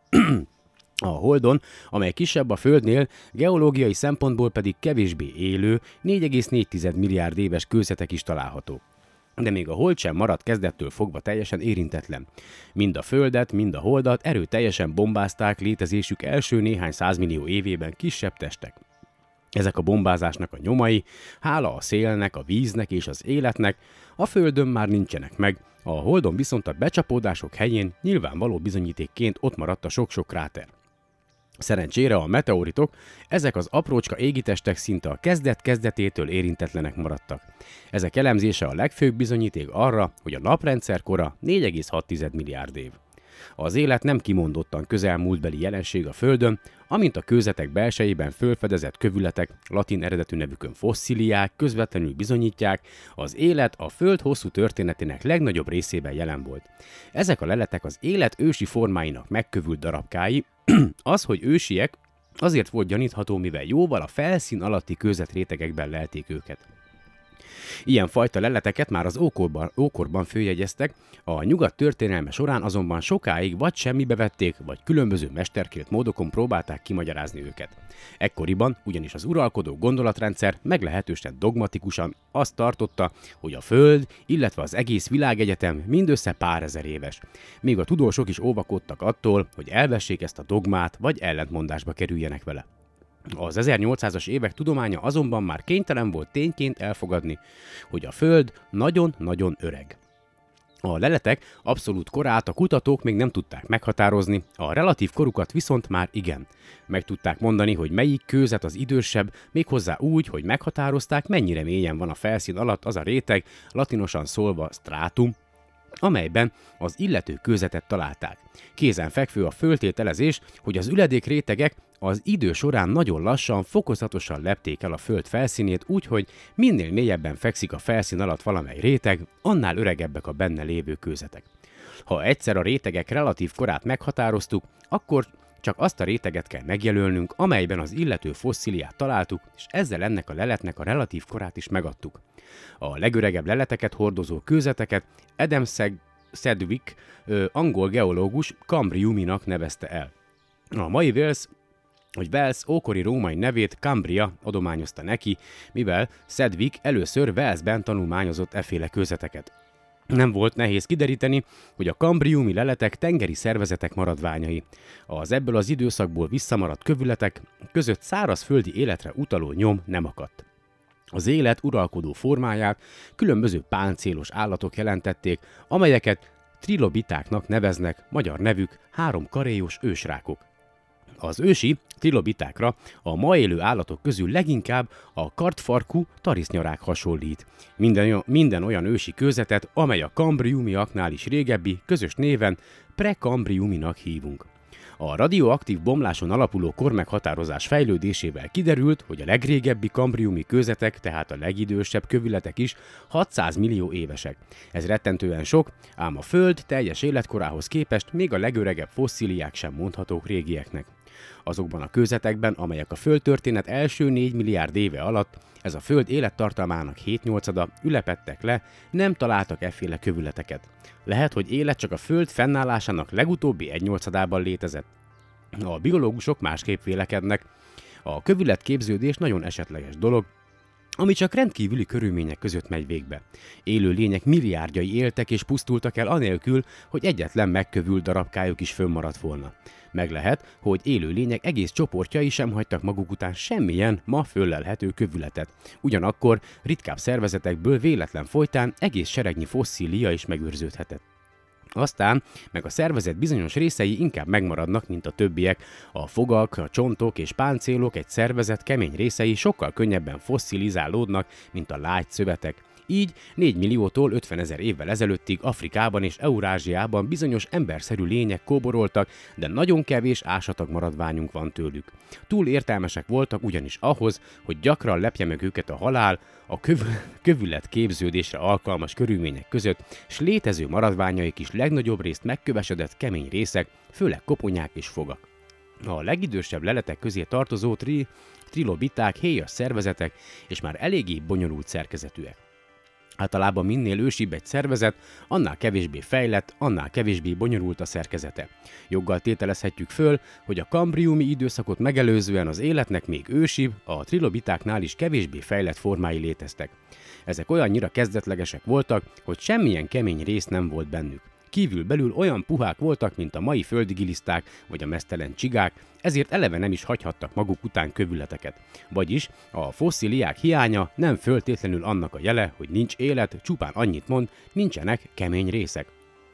A Holdon, amely kisebb a Földnél, geológiai szempontból pedig kevésbé élő, négy egész négy milliárd éves kőzetek is találhatók. De még a Hold sem maradt kezdettől fogva teljesen érintetlen. Mind a Földet, mind a Holdat erőteljesen bombázták létezésük első néhány százmillió évében kisebb testek. Ezek a bombázásnak a nyomai, hála a szélnek, a víznek és az életnek, a Földön már nincsenek meg, a Holdon viszont a becsapódások helyén nyilvánvaló bizonyítékként ott maradt a sok-sok kráter. Szerencsére a meteoritok, ezek az aprócska égitestek szinte a kezdet-kezdetétől érintetlenek maradtak. Ezek elemzése a legfőbb bizonyíték arra, hogy a naprendszer kora négy egész hat milliárd év. Az élet nem kimondottan közelmúltbeli jelenség a Földön, amint a kőzetek belsejében fölfedezett kövületek, latin eredetű nevükön fosszíliák közvetlenül bizonyítják, az élet a Föld hosszú történetének legnagyobb részében jelen volt. Ezek a leletek az élet ősi formáinak megkövült darabkái, az, hogy ősiek, azért volt gyanítható, mivel jóval a felszín alatti kőzetrétegekben lelték őket. Ilyen fajta leleteket már az ókorban, ókorban főjegyeztek, a nyugat történelme során azonban sokáig vagy semmibe vették, vagy különböző mesterkélt módokon próbálták kimagyarázni őket. Ekkoriban ugyanis az uralkodó gondolatrendszer meglehetősen dogmatikusan azt tartotta, hogy a Föld, illetve az egész világegyetem mindössze pár ezer éves. Még a tudósok is óvakodtak attól, hogy elvessék ezt a dogmát, vagy ellentmondásba kerüljenek vele. Az ezernyolcszázas évek tudománya azonban már kénytelen volt tényként elfogadni, hogy a Föld nagyon-nagyon öreg. A leletek abszolút korát a kutatók még nem tudták meghatározni, a relatív korukat viszont már igen. Meg tudták mondani, hogy melyik kőzet az idősebb, méghozzá úgy, hogy meghatározták, mennyire mélyen van a felszín alatt az a réteg, latinosan szólva strátum, amelyben az illető kőzetet találták. Kézenfekvő a föltételezés, hogy az üledék rétegek az idő során nagyon lassan, fokozatosan lepték el a Föld felszínét, úgyhogy minél mélyebben fekszik a felszín alatt valamely réteg, annál öregebbek a benne lévő kőzetek. Ha egyszer a rétegek relatív korát meghatároztuk, akkor csak azt a réteget kell megjelölnünk, amelyben az illető fosszíliát találtuk, és ezzel ennek a leletnek a relatív korát is megadtuk. A legöregebb leleteket hordozó kőzeteket Adam Sedgwick, angol geológus kambriuminak nevezte el. A mai Wales hogy Wales ókori római nevét Cambria adományozta neki, mivel Sedgwick először Walesben tanulmányozott efféle kőzeteket. Nem volt nehéz kideríteni, hogy a kambriumi leletek tengeri szervezetek maradványai. Az ebből az időszakból visszamaradt kövületek között szárazföldi életre utaló nyom nem akadt. Az élet uralkodó formáját különböző páncélos állatok jelentették, amelyeket trilobitáknak neveznek, magyar nevük három karéjos ősrákok. Az ősi trilobitákra a ma élő állatok közül leginkább a kartfarkú tarisznyarák hasonlít. Minden, minden olyan ősi kőzetet, amely a kambriumiaknál is régebbi, közös néven prekambriuminak hívunk. A radioaktív bomláson alapuló kormeghatározás fejlődésével kiderült, hogy a legrégebbi kambriumi kőzetek, tehát a legidősebb kövületek is hatszáz millió évesek. Ez rettentően sok, ám a Föld teljes életkorához képest még a legöregebb fosszíliák sem mondhatók régieknek. Azokban a kőzetekben, amelyek a Földtörténet első négy milliárd éve alatt, ez a Föld élettartalmának hétnyolcada, ülepedtek le, nem találtak efféle kövületeket. Lehet, hogy élet csak a Föld fennállásának legutóbbi egynyolcadában létezett. A biológusok másképp vélekednek. A kövületképződés nagyon esetleges dolog, ami csak rendkívüli körülmények között megy végbe. Élő lények milliárdjai éltek és pusztultak el anélkül, hogy egyetlen megkövült darabkájuk is fönnmaradt volna. Meg lehet, hogy élő lények egész csoportjai sem hagytak maguk után semmilyen ma föllelhető kövületet. Ugyanakkor ritkább szervezetekből véletlen folytán egész seregnyi fosszília is megőrződhetett. Aztán meg a szervezet bizonyos részei inkább megmaradnak, mint a többiek. A fogak, a csontok és páncélok egy szervezet kemény részei sokkal könnyebben fosszilizálódnak, mint a lágy szövetek. Így négy milliótól ötvenezer évvel ezelőttig Afrikában és Eurázsiában bizonyos emberszerű lények kóboroltak, de nagyon kevés ásatag maradványunk van tőlük. Túl értelmesek voltak ugyanis ahhoz, hogy gyakran lepje meg őket a halál, a köv- kövület képződésre alkalmas körülmények között, s létező maradványaik is legnagyobb részt megkövesedett kemény részek, főleg koponyák és fogak. A legidősebb leletek közé tartozó tri- trilobiták héjas szervezetek, és már eléggé bonyolult szerkezetűek. Általában minél ősibb egy szervezet, annál kevésbé fejlett, annál kevésbé bonyolult a szerkezete. Joggal tételezhetjük föl, hogy a kambriumi időszakot megelőzően az életnek még ősibb, a trilobitáknál is kevésbé fejlett formái léteztek. Ezek olyannyira kezdetlegesek voltak, hogy semmilyen kemény rész nem volt bennük. Kívül-belül olyan puhák voltak, mint a mai földi giliszták vagy a meztelen csigák, ezért eleve nem is hagyhattak maguk után kövületeket. Vagyis a fosszíliák hiánya nem föltétlenül annak a jele, hogy nincs élet, csupán annyit mond, nincsenek kemény részek.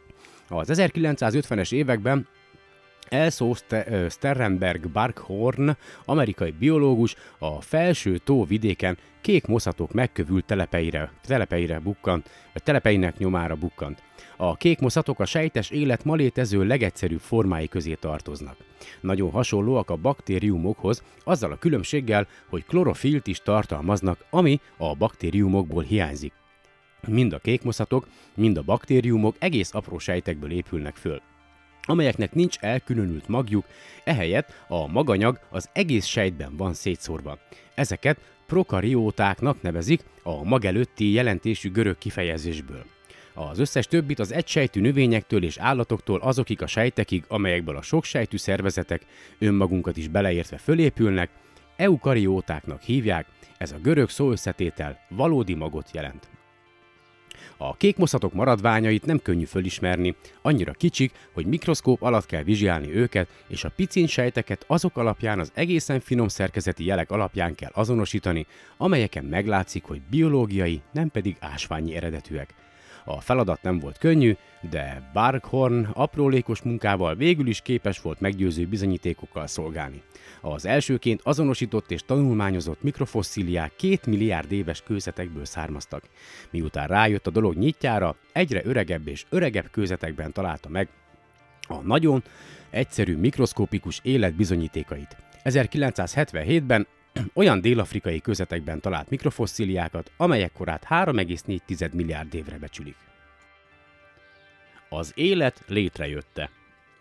Az ezerkilencszázötvenes években Elso Sternberg Barkhorn, amerikai biológus, a felső tó vidéken kék moszatok megkövült telepeire, telepeire bukkant, vagy telepeinek nyomára bukkant. A kék moszatok a sejtes élet ma létező legegyszerűbb formái közé tartoznak. Nagyon hasonlóak a baktériumokhoz, azzal a különbséggel, hogy klorofilt is tartalmaznak, ami a baktériumokból hiányzik. Mind a kék moszatok, mind a baktériumok egész apró sejtekből épülnek föl, amelyeknek nincs elkülönült magjuk, ehelyett a maganyag az egész sejtben van szétszórva. Ezeket prokariótáknak nevezik a mag előtti jelentésű görög kifejezésből. Az összes többit az egysejtű növényektől és állatoktól azokig a sejtekig, amelyekből a soksejtű szervezetek önmagunkat is beleértve fölépülnek, eukariótáknak hívják, ez a görög szóösszetétel valódi magot jelent. A kékmoszatok maradványait nem könnyű fölismerni, annyira kicsik, hogy mikroszkóp alatt kell vizsgálni őket, és a picin sejteket azok alapján az egészen finom szerkezeti jelek alapján kell azonosítani, amelyeken meglátszik, hogy biológiai, nem pedig ásványi eredetűek. A feladat nem volt könnyű, de Barkhorn aprólékos munkával végül is képes volt meggyőző bizonyítékokkal szolgálni. Az elsőként azonosított és tanulmányozott mikrofosszíliák két milliárd éves kőzetekből származtak. Miután rájött a dolog nyitjára, egyre öregebb és öregebb kőzetekben találta meg a nagyon egyszerű mikroszkópikus élet bizonyítékait. ezerkilencszázhetvenhétben olyan dél-afrikai kőzetekben talált mikrofosszíliákat, amelyek korát három egész négy milliárd évre becsülik. Az élet létrejötte.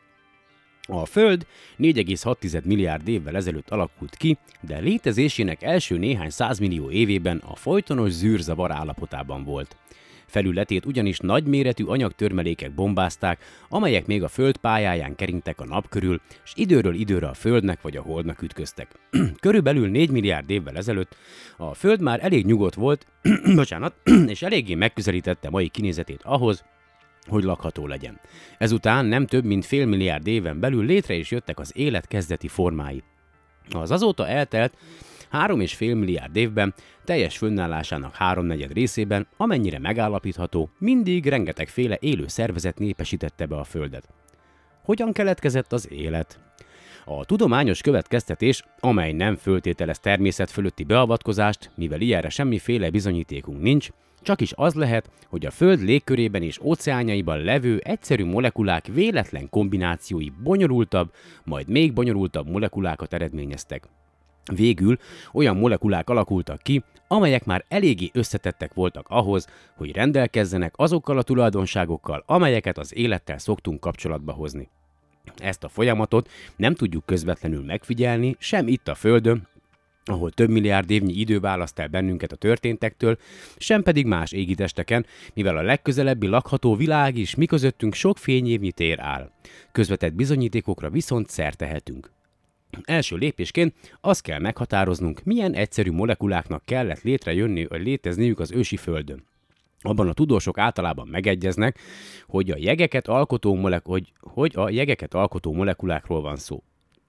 A Föld négy egész hat milliárd évvel ezelőtt alakult ki, de létezésének első néhány százmillió évében a folytonos zűrzavar állapotában volt. Felületét ugyanis nagyméretű anyagtörmelékek bombázták, amelyek még a Föld pályáján keringtek a nap körül, és időről időre a Földnek vagy a Holdnak ütköztek. Körülbelül négy milliárd évvel ezelőtt a Föld már elég nyugodt volt, bocsánat, és eléggé megközelítette mai kinézetét ahhoz, hogy lakható legyen. Ezután nem több mint fél milliárd éven belül létre is jöttek az élet kezdeti formái. Az azóta eltelt három és fél milliárd évben, teljes fönnállásának háromnegyed részében, amennyire megállapítható, mindig rengetegféle élő szervezet népesítette be a Földet. Hogyan keletkezett az élet? A tudományos következtetés, amely nem föltételez természet fölötti beavatkozást, mivel ilyenre semmiféle bizonyítékunk nincs, csak is az lehet, hogy a Föld légkörében és óceánjaiban levő egyszerű molekulák véletlen kombinációi bonyolultabb, majd még bonyolultabb molekulákat eredményeztek. Végül olyan molekulák alakultak ki, amelyek már eléggé összetettek voltak ahhoz, hogy rendelkezzenek azokkal a tulajdonságokkal, amelyeket az élettel szoktunk kapcsolatba hozni. Ezt a folyamatot nem tudjuk közvetlenül megfigyelni, sem itt a Földön, ahol több milliárd évnyi idő választ el bennünket a történtektől, sem pedig más égitesteken, mivel a legközelebbi lakható világ is mi közöttünk sok fényévnyi tér áll. Közvetett bizonyítékokra viszont szert tehetünk. Első lépésként azt kell meghatároznunk, milyen egyszerű molekuláknak kellett létrejönni vagy létezniük az ősi Földön. Abban a tudósok általában megegyeznek, hogy a jegeket alkotó, molek- hogy, hogy a jegeket alkotó molekulákról van szó.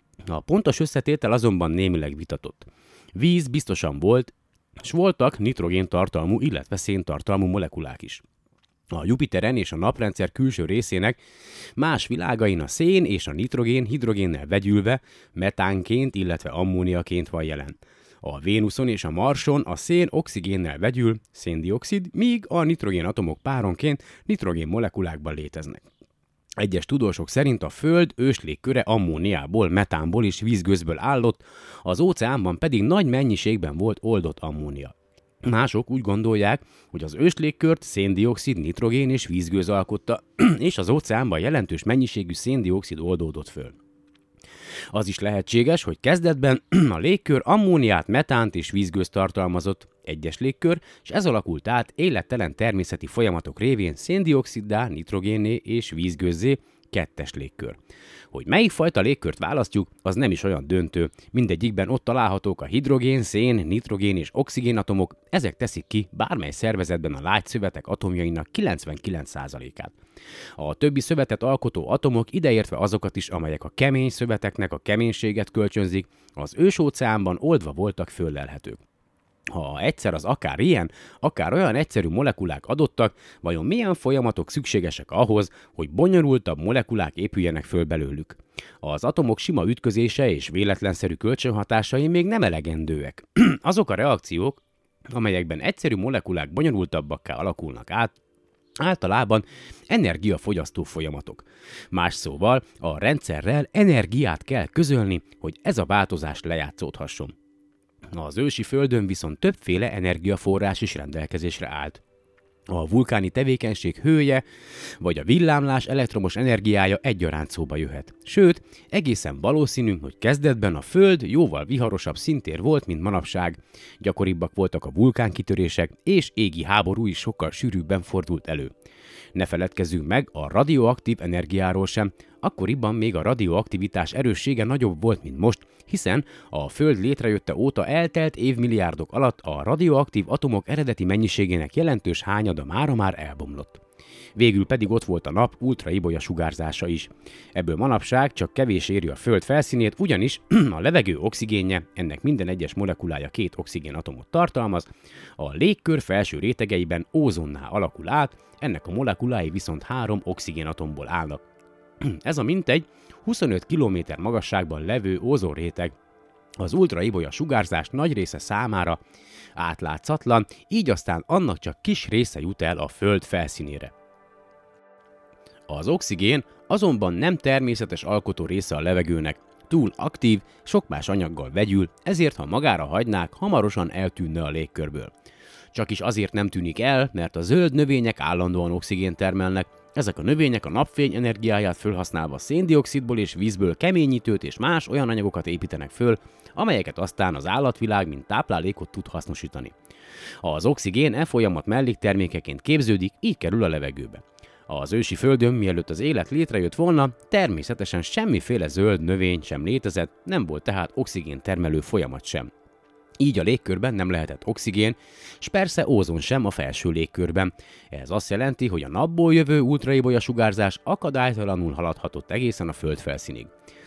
A pontos összetétel azonban némileg vitatott. Víz biztosan volt, és voltak nitrogén tartalmú, illetve szén tartalmú molekulák is. A Jupiteren és a naprendszer külső részének más világain a szén és a nitrogén hidrogénnel vegyülve metánként, illetve ammóniaként van jelen. A Vénuszon és a Marson a szén oxigénnel vegyül, széndioxid, míg a nitrogén atomok páronként nitrogén molekulákban léteznek. Egyes tudósok szerint a Föld őslégköre ammóniából, metánból és vízgőzből állott, az óceánban pedig nagy mennyiségben volt oldott ammónia. Mások úgy gondolják, hogy az őslégkört széndioxid, nitrogén és vízgőz alkotta, és az óceánban jelentős mennyiségű széndioxid oldódott föl. Az is lehetséges, hogy kezdetben a légkör ammóniát, metánt és vízgőzt tartalmazott, egyes légkör, és ez alakult át élettelen természeti folyamatok révén széndioxiddá, nitrogénné és vízgőzzé, kettes légkör. Hogy melyik fajta légkört választjuk, az nem is olyan döntő. Mindegyikben ott találhatók a hidrogén, szén, nitrogén és oxigén atomok, ezek teszik ki bármely szervezetben a lágy szövetek atomjainak kilencvenkilenc százalékát. A többi szövetet alkotó atomok, ideértve azokat is, amelyek a kemény szöveteknek a keménységet kölcsönzik, az ősóceánban oldva voltak föllelhetők. Ha egyszer az akár ilyen, akár olyan egyszerű molekulák adottak, vajon milyen folyamatok szükségesek ahhoz, hogy bonyolultabb molekulák épüljenek föl belőlük? Az atomok sima ütközése és véletlenszerű kölcsönhatásai még nem elegendőek. Azok a reakciók, amelyekben egyszerű molekulák bonyolultabbakká alakulnak át, általában energiafogyasztó folyamatok. Más szóval a rendszerrel energiát kell közölni, hogy ez a változás lejátszódhasson. Az ősi Földön viszont többféle energiaforrás is rendelkezésre állt. A vulkáni tevékenység hője vagy a villámlás elektromos energiája egyaránt szóba jöhet. Sőt, egészen valószínű, hogy kezdetben a Föld jóval viharosabb szintér volt, mint manapság. Gyakoribbak voltak a vulkánkitörések, és égi háború is sokkal sűrűbben fordult elő. Ne feledkezzünk meg a radioaktív energiáról sem, akkoriban még a radioaktivitás erőssége nagyobb volt, mint most, hiszen a Föld létrejötte óta eltelt évmilliárdok alatt a radioaktív atomok eredeti mennyiségének jelentős hányada mára már elbomlott. Végül pedig ott volt a nap ultraibolya sugárzása is. Ebből manapság csak kevés éri a Föld felszínét, ugyanis a levegő oxigénje, ennek minden egyes molekulája két oxigénatomot tartalmaz, a légkör felső rétegeiben ózonná alakul át, ennek a molekulái viszont három oxigénatomból állnak. Ez a mintegy huszonöt kilométer magasságban levő ózonréteg az ultraibolya sugárzás nagy része számára átlátszatlan, így aztán annak csak kis része jut el a Föld felszínére. Az oxigén azonban nem természetes alkotó része a levegőnek, túl aktív, sok más anyaggal vegyül, ezért ha magára hagynák, hamarosan eltűnne a légkörből. Csak is azért nem tűnik el, mert a zöld növények állandóan oxigént termelnek, ezek a növények a napfény energiáját felhasználva széndioxidból és vízből keményítőt és más olyan anyagokat építenek föl, amelyeket aztán az állatvilág mint táplálékot tud hasznosítani. Az oxigén e folyamat melléktermékeként képződik, így kerül a levegőbe. Az ősi Földön, mielőtt az élet létrejött volna, természetesen semmiféle zöld növény sem létezett, nem volt tehát oxigén termelő folyamat sem. Így a légkörben nem lehetett oxigén, és persze ózon sem a felső légkörben. Ez azt jelenti, hogy a napból jövő ultraibolya sugárzás akadálytalanul haladhatott egészen a Föld felszínig.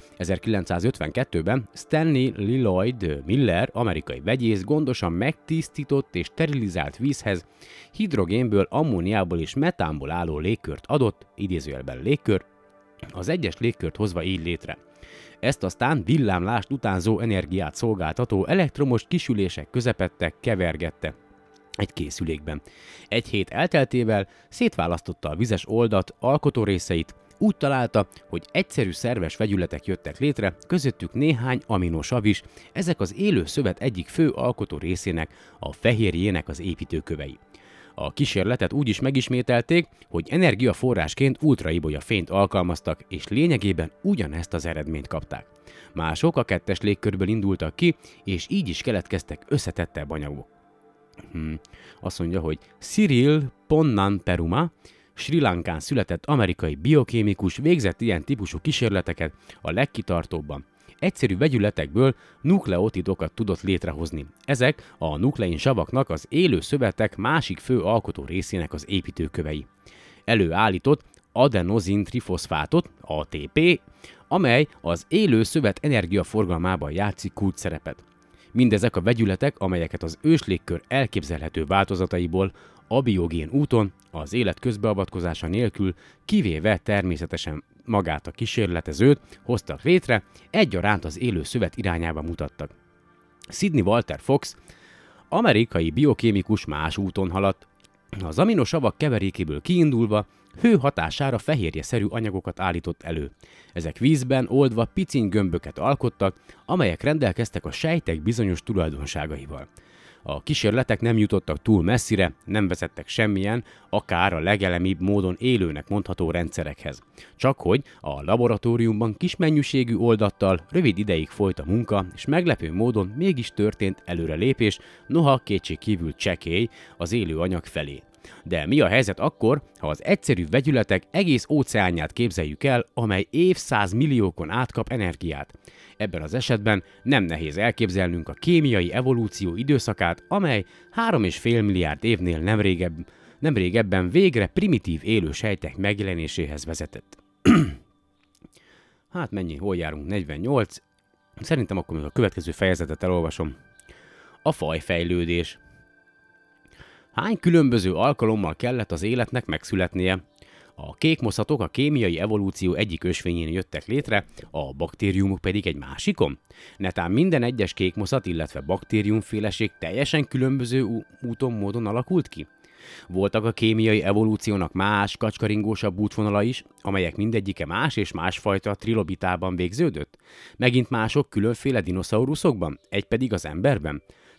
ezerkilencszázötvenkettőben Stanley Lloyd Miller, amerikai vegyész gondosan megtisztított és sterilizált vízhez hidrogénből, ammóniából és metánból álló légkört adott, idézőjelben légkör, az egyes légkört hozva így létre. Ezt aztán villámlást utánzó energiát szolgáltató elektromos kisülések közepette kevergette egy készülékben. Egy hét elteltével szétválasztotta a vizes oldat alkotó részeit, úgy találta, hogy egyszerű szerves vegyületek jöttek létre, közöttük néhány aminosav is, ezek az élő szövet egyik fő alkotó részének, a fehérjének az építőkövei. A kísérletet úgy is megismételték, hogy energiaforrásként ultraibolya fényt alkalmaztak, és lényegében ugyanezt az eredményt kapták. Mások a kettes légkörből indultak ki, és így is keletkeztek összetettebb anyagok. Hmm. Azt mondja, hogy Cyril Ponnanperuma, Sri Lankán született amerikai biokémikus végzett ilyen típusú kísérleteket a legkitartóbban. Egyszerű vegyületekből nukleotidokat tudott létrehozni. Ezek a nukleinsavaknak az élő szövetek másik fő alkotó részének az építőkövei. Előállított adenozin-trifoszfátot, á té pé, amely az élő szövet energiaforgalmában játszik kulcsszerepet. Mindezek a vegyületek, amelyeket az őslégkör elképzelhető változataiból abiogén úton, az élet közbeavatkozása nélkül, kivéve természetesen magát a kísérletezőt hoztak létre, egyaránt az élő szövet irányába mutattak. Sidney Walter Fox, amerikai biokémikus más úton haladt. Az aminosavak keverékéből kiindulva hő hatására fehérjeszerű anyagokat állított elő. Ezek vízben oldva piciny gömböket alkottak, amelyek rendelkeztek a sejtek bizonyos tulajdonságaival. A kísérletek nem jutottak túl messzire, nem vezettek semmilyen, akár a legelemibb módon élőnek mondható rendszerekhez. Csakhogy a laboratóriumban kis mennyiségű oldattal rövid ideig folyt a munka, és meglepő módon mégis történt előrelépés, noha kétségkívül csekély az élő anyag felé. De mi a helyzet akkor, ha az egyszerű vegyületek egész óceánját képzeljük el, amely évszázmilliókon át kap energiát? Ebben az esetben nem nehéz elképzelnünk a kémiai evolúció időszakát, amely három és fél milliárd évnél nem, régebb, nem régebben végre primitív élő sejtek megjelenéséhez vezetett. Hát mennyi, hol járunk? negyvennyolc. Szerintem akkor még a következő fejezetet elolvasom. A fajfejlődés. Hány különböző alkalommal kellett az életnek megszületnie? A kékmoszatok a kémiai evolúció egyik ösvényén jöttek létre, a baktériumok pedig egy másikon? Netán minden egyes kékmoszat, illetve baktériumféleség teljesen különböző úton, módon alakult ki? Voltak a kémiai evolúciónak más, kacskaringósabb útvonala is, amelyek mindegyike más és másfajta trilobitában végződött? Megint mások különféle dinoszauruszokban, egy pedig az emberben?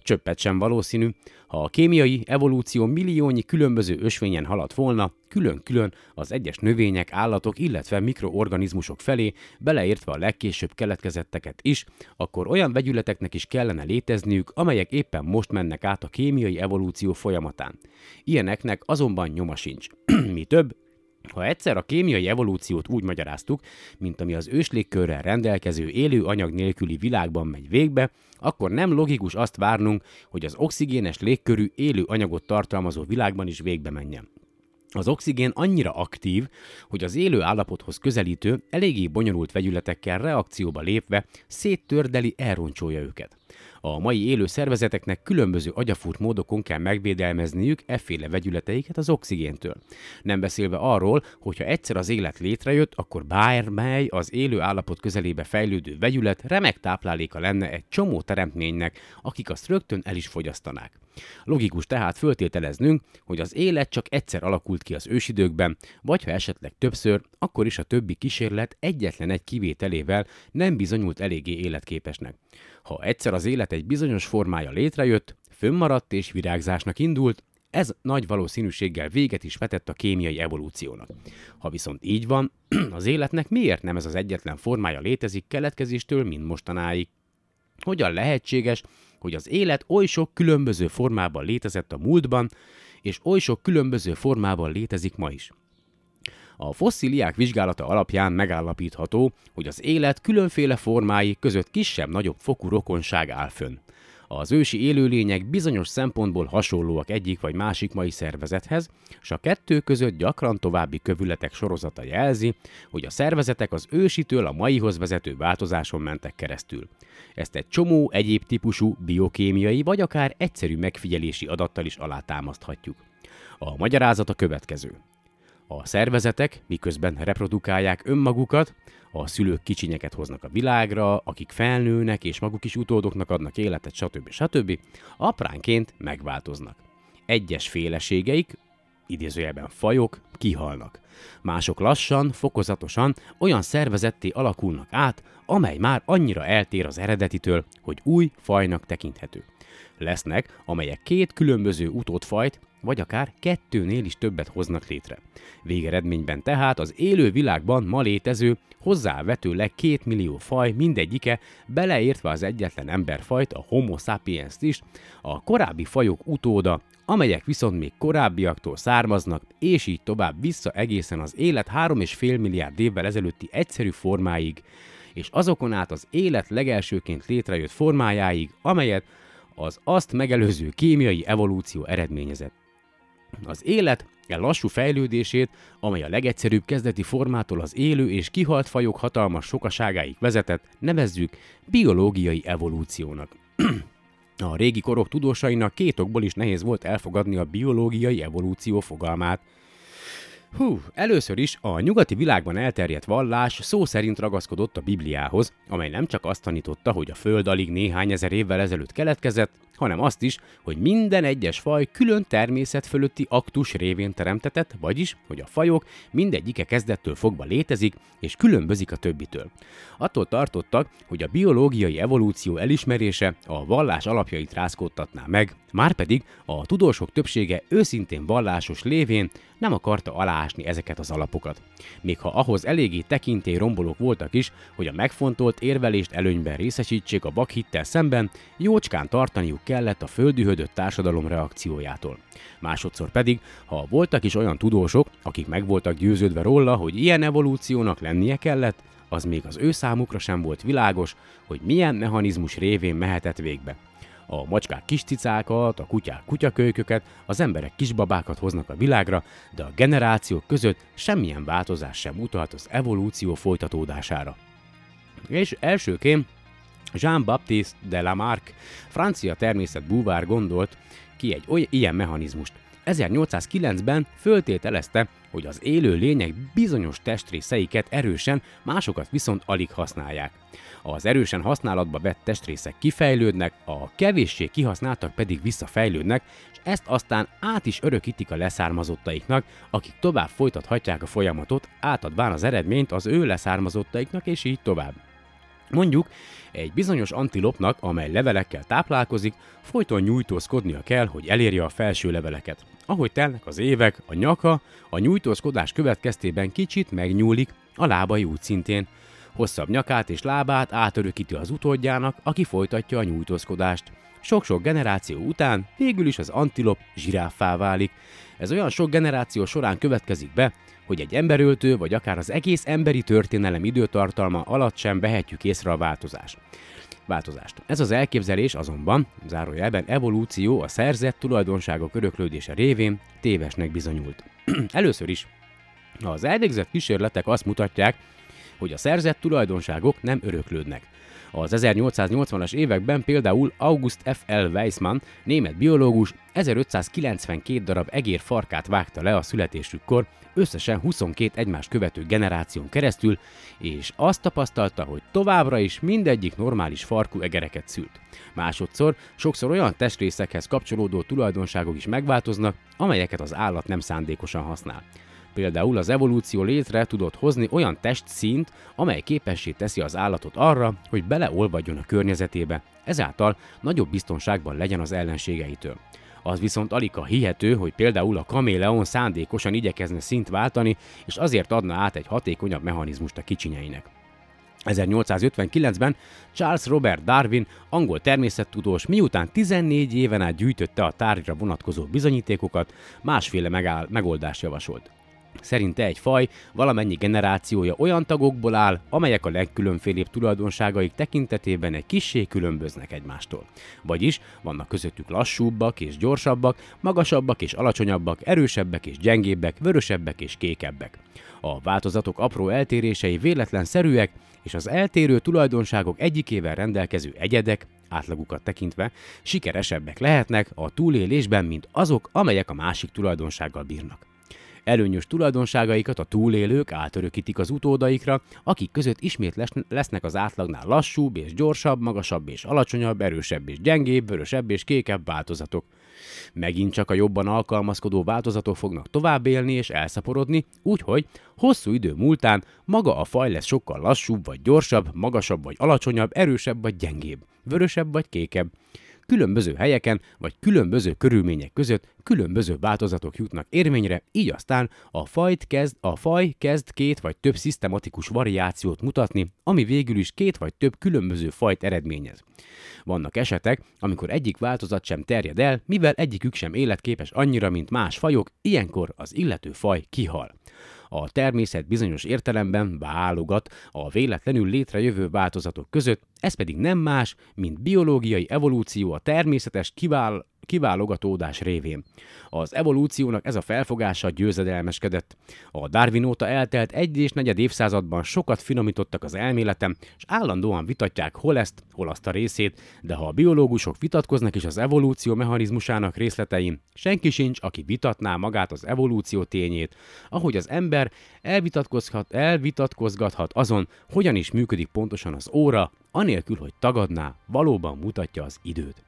Csöppet sem valószínű, ha a kémiai evolúció milliónyi különböző ösvényen haladt volna, külön-külön az egyes növények, állatok, illetve mikroorganizmusok felé, beleértve a legkésőbb keletkezetteket is, akkor olyan vegyületeknek is kellene létezniük, amelyek éppen most mennek át a kémiai evolúció folyamatán. Ilyeneknek azonban nyoma sincs. Mi több, ha egyszer a kémiai evolúciót úgy magyaráztuk, mint ami az őslégkörrel rendelkező élő anyag nélküli világban megy végbe, akkor nem logikus azt várnunk, hogy az oxigénes légkörű élő anyagot tartalmazó világban is végbe menjen. Az oxigén annyira aktív, hogy az élő állapothoz közelítő, eléggé bonyolult vegyületekkel reakcióba lépve széttördeli, elroncsolja őket. A mai élő szervezeteknek különböző agyafúrt módokon kell megvédelmezniük efféle vegyületeiket az oxigéntől. Nem beszélve arról, hogyha egyszer az élet létrejött, akkor bármely az élő állapot közelébe fejlődő vegyület remek tápláléka lenne egy csomó teremtménynek, akik azt rögtön el is fogyasztanák. Logikus tehát föltételeznünk, hogy az élet csak egyszer alakult ki az ősidőkben, vagy ha esetleg többször, akkor is a többi kísérlet egyetlen egy kivételével nem bizonyult eléggé életképesnek. Ha egyszer az élet egy bizonyos formája létrejött, fönnmaradt és virágzásnak indult, ez nagy valószínűséggel véget is vetett a kémiai evolúciónak. Ha viszont így van, az életnek miért nem ez az egyetlen formája létezik keletkezéstől mind mostanáig? Hogyan lehetséges, hogy az élet oly sok különböző formában létezett a múltban, és oly sok különböző formában létezik ma is? A fosszíliák vizsgálata alapján megállapítható, hogy az élet különféle formái között kisebb-nagyobb fokú rokonság áll fönn. Az ősi élőlények bizonyos szempontból hasonlóak egyik vagy másik mai szervezethez, és a kettő között gyakran további kövületek sorozata jelzi, hogy a szervezetek az ősitől a maihoz vezető változáson mentek keresztül. Ezt egy csomó egyéb típusú biokémiai vagy akár egyszerű megfigyelési adattal is alátámaszthatjuk. A magyarázat a következő. A szervezetek, miközben reprodukálják önmagukat, a szülők kicsinyeket hoznak a világra, akik felnőnek és maguk is utódoknak adnak életet, stb. stb. Apránként megváltoznak. Egyes féleségeik, idézőjelben fajok, kihalnak. Mások lassan, fokozatosan olyan szervezetté alakulnak át, amely már annyira eltér az eredetitől, hogy új fajnak tekinthető. Lesznek, amelyek két különböző utódfajt, vagy akár kettőnél is többet hoznak létre. Végeredményben tehát az élő világban ma létező, hozzávetőleg két millió faj mindegyike, beleértve az egyetlen emberfajt, a Homo sapiens is, a korábbi fajok utóda, amelyek viszont még korábbiaktól származnak, és így tovább vissza egészen az élet három és fél milliárd évvel ezelőtti egyszerű formáig, és azokon át az élet legelsőként létrejött formájáig, amelyet az azt megelőző kémiai evolúció eredményezett. Az élet e lassú fejlődését, amely a legegyszerűbb kezdeti formától az élő és kihalt fajok hatalmas sokaságáig vezetett, nevezzük biológiai evolúciónak. A régi korok tudósainak két okból is nehéz volt elfogadni a biológiai evolúció fogalmát. Hú, először is a nyugati világban elterjedt vallás szó szerint ragaszkodott a Bibliához, amely nem csak azt tanította, hogy a Föld alig néhány ezer évvel ezelőtt keletkezett, hanem azt is, hogy minden egyes faj külön természet fölötti aktus révén teremtetett, vagyis, hogy a fajok mindegyike kezdettől fogva létezik, és különbözik a többitől. Attól tartottak, hogy a biológiai evolúció elismerése a vallás alapjait rázkódtatná meg, márpedig a tudósok többsége őszintén vallásos lévén nem akarta aláásni ezeket az alapokat. Még ha ahhoz eléggé tekintélyrombolók voltak is, hogy a megfontolt érvelést előnyben részesítsék a vakhittel szemben, jócskán tartaniuk kellett a földühödött társadalom reakciójától. Másodszor pedig, ha voltak is olyan tudósok, akik meg voltak győződve róla, hogy ilyen evolúciónak lennie kellett, az még az ő számukra sem volt világos, hogy milyen mechanizmus révén mehetett végbe. A macskák kis cicákat, a kutyák kutyakölyköket, az emberek kisbabákat hoznak a világra, de a generációk között semmilyen változás sem utalt az evolúció folytatódására. És elsőként Jean-Baptiste de Lamarck, francia természetbúvár gondolt ki egy olyan ilyen mechanizmust. ezernyolcszázkilencben föltételezte, hogy az élő lények bizonyos testrészeiket erősen, másokat viszont alig használják. Az erősen használatba vett testrészek kifejlődnek, a kevéssé kihasználtak pedig visszafejlődnek, és ezt aztán át is örökítik a leszármazottaiknak, akik tovább folytathatják a folyamatot, átadván az eredményt az ő leszármazottaiknak, és így tovább. Mondjuk egy bizonyos antilopnak, amely levelekkel táplálkozik, folyton nyújtózkodnia kell, hogy elérje a felső leveleket. Ahogy telnek az évek, a nyaka a nyújtózkodás következtében kicsit megnyúlik, a lábai úgy szintén. Hosszabb nyakát és lábát átörökíti az utódjának, aki folytatja a nyújtózkodást. Sok-sok generáció után végül is az antilop zsiráffá válik. Ez olyan sok generáció során következik be, hogy egy emberöltő vagy akár az egész emberi történelem időtartalma alatt sem vehetjük észre a változást. változást. Ez az elképzelés azonban, zárójelben evolúció a szerzett tulajdonságok öröklődése révén tévesnek bizonyult. Először is, az elvégzett kísérletek azt mutatják, hogy a szerzett tulajdonságok nem öröklődnek. Az ezernyolcszáznyolcvanas években például August F L Weismann, német biológus ezerötszázkilencvenkét darab egér farkát vágta le a születésükkor, összesen huszonkét egymást követő generáción keresztül, és azt tapasztalta, hogy továbbra is mindegyik normális farkú egereket szült. Másodszor sokszor olyan testrészekhez kapcsolódó tulajdonságok is megváltoznak, amelyeket az állat nem szándékosan használ. Például az evolúció létre tudott hozni olyan testszínt, amely képessé teszi az állatot arra, hogy beleolvadjon a környezetébe, ezáltal nagyobb biztonságban legyen az ellenségeitől. Az viszont alig hihető, hogy például a kaméleon szándékosan igyekezne színt váltani, és azért adna át egy hatékonyabb mechanizmust a kicsinyeinek. ezernyolcszázötvenkilencben Charles Robert Darwin, angol természettudós, miután tizennégy éven át gyűjtötte a tárgyra vonatkozó bizonyítékokat, másféle megáll, megoldást javasolt. Szerinte egy faj valamennyi generációja olyan tagokból áll, amelyek a legkülönfélébb tulajdonságaik tekintetében egy kissé különböznek egymástól. Vagyis vannak közöttük lassúbbak és gyorsabbak, magasabbak és alacsonyabbak, erősebbek és gyengébbek, vörösebbek és kékebbek. A változatok apró eltérései véletlenszerűek, és az eltérő tulajdonságok egyikével rendelkező egyedek, átlagukat tekintve, sikeresebbek lehetnek a túlélésben, mint azok, amelyek a másik tulajdonsággal bírnak. Előnyös tulajdonságaikat a túlélők átörökítik az utódaikra, akik között ismét lesznek az átlagnál lassúbb és gyorsabb, magasabb és alacsonyabb, erősebb és gyengébb, vörösebb és kékebb változatok. Megint csak a jobban alkalmazkodó változatok fognak tovább élni és elszaporodni, úgyhogy hosszú idő múltán maga a faj lesz sokkal lassúbb vagy gyorsabb, magasabb vagy alacsonyabb, erősebb vagy gyengébb, vörösebb vagy kékebb. Különböző helyeken vagy különböző körülmények között különböző változatok jutnak érvényre, így aztán a, fajt kezd, a faj kezd két vagy több szisztematikus variációt mutatni, ami végül is két vagy több különböző fajt eredményez. Vannak esetek, amikor egyik változat sem terjed el, mivel egyikük sem életképes annyira, mint más fajok, ilyenkor az illető faj kihal. A természet bizonyos értelemben válogat a véletlenül létrejövő változatok között, ez pedig nem más, mint biológiai evolúció a természetes kivál, kiválogatódás révén. Az evolúciónak ez a felfogása győzedelmeskedett. A Darwin óta eltelt egy és negyed évszázadban sokat finomítottak az elméletem, és állandóan vitatják hol ezt, hol azt a részét, de ha a biológusok vitatkoznak is az evolúció mechanizmusának részletein, senki sincs, aki vitatná magát az evolúció tényét, ahogy az ember elvitatkozhat, elvitatkozgathat azon, hogyan is működik pontosan az óra, anélkül, hogy tagadná, valóban mutatja az időt.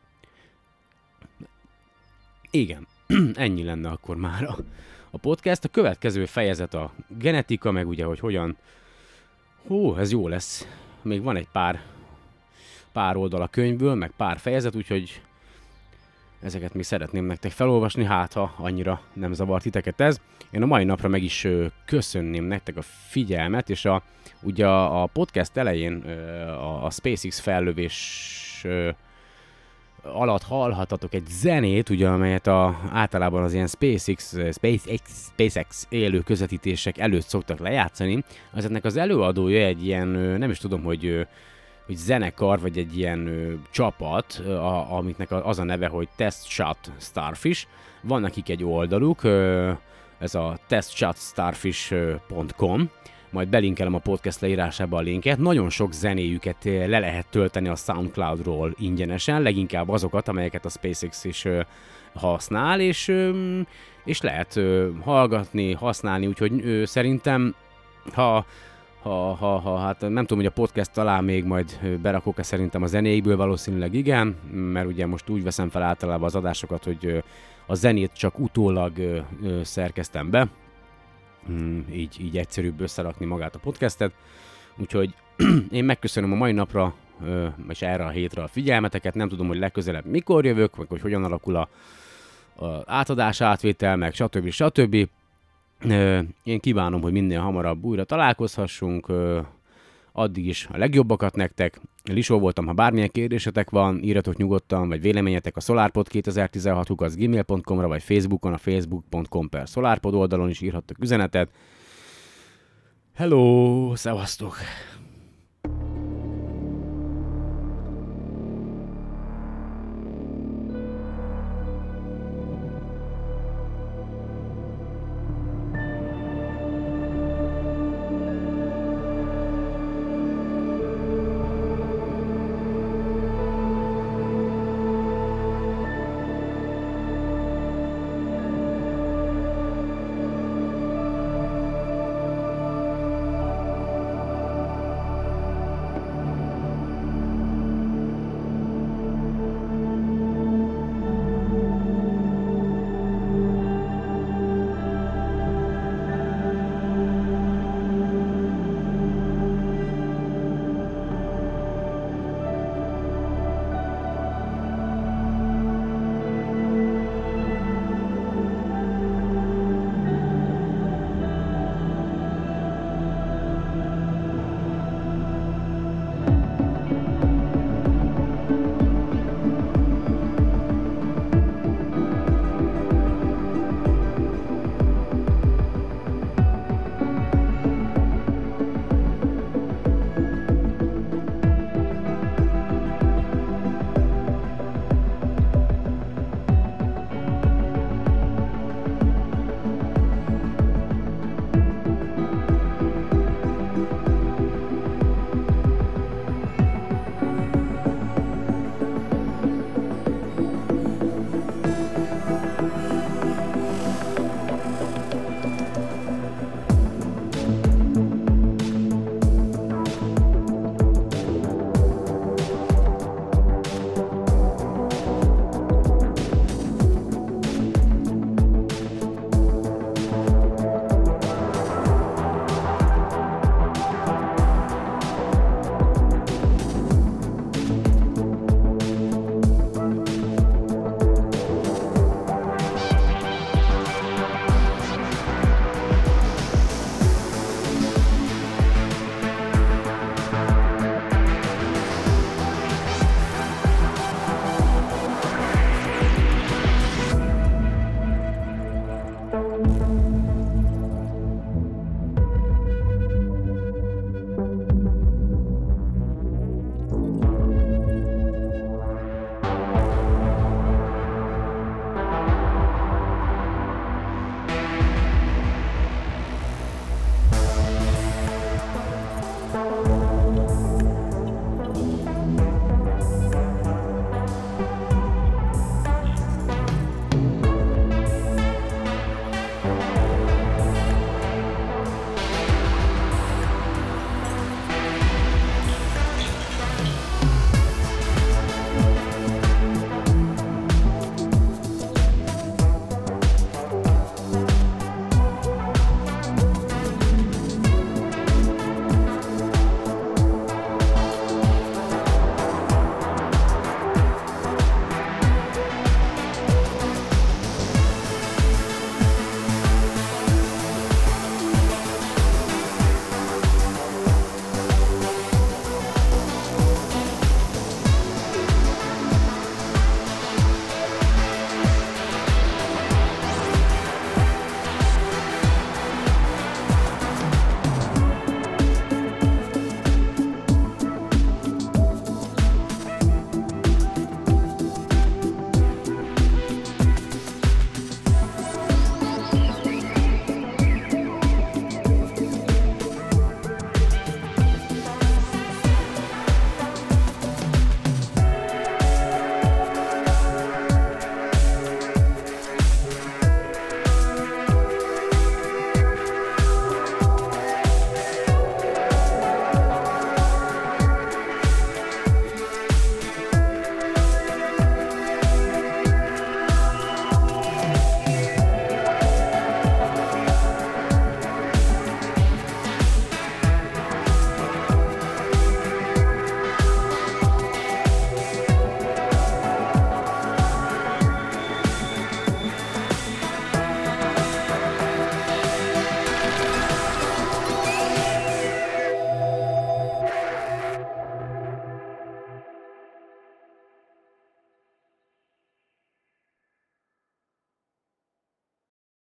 Igen, ennyi lenne akkor már a, a podcast. A következő fejezet a genetika, meg ugye, hogy hogyan... Hú, ez jó lesz. Még van egy pár, pár oldal a könyvből, meg pár fejezet, úgyhogy ezeket még szeretném nektek felolvasni, hát ha annyira nem zavart titeket ez. Én a mai napra meg is ö, köszönném nektek a figyelmet, és a, ugye a, a podcast elején ö, a, a SpaceX fellövés ö, alatt hallhatatok egy zenét, ugye, amelyet a, általában az ilyen SpaceX, SpaceX, SpaceX élő közvetítések előtt szoktak lejátszani. Ezeknek az előadója egy ilyen, nem is tudom, hogy, hogy zenekar, vagy egy ilyen ö, csapat, a, amiknek az a neve, hogy Test Shot Starfish. Van nekik egy oldaluk, ö, ez a test shot starfish pont com. Majd belinkelem a podcast leírásába a linket. Nagyon sok zenéjüket le lehet tölteni a SoundCloud-ról ingyenesen, leginkább azokat, amelyeket a SpaceX is használ, és, és lehet hallgatni, használni, úgyhogy szerintem, ha, ha, ha, ha hát nem tudom, hogy a podcast talán még majd berakok-e szerintem a zenéikből, valószínűleg igen, mert ugye most úgy veszem fel általában az adásokat, hogy a zenét csak utólag szerkeztem be, így, így egyszerűbb összerakni magát a podcastet, úgyhogy Én megköszönöm a mai napra, és erre a hétre a figyelmeteket. Nem tudom, hogy legközelebb mikor jövök, vagy hogy hogyan alakul a, a átadás, átvétel, meg stb. stb. Én kívánom, hogy minél hamarabb újra találkozhassunk. Addig is a legjobbakat nektek. Lisó voltam, ha bármilyen kérdésetek van, írjatok nyugodtan, vagy véleményetek a solarpod kétezer-tizenhat kukac gmail pont com-ra, vagy Facebookon, a facebook pont com per solarpod oldalon is írhattok üzenetet. Hello, szevasztok!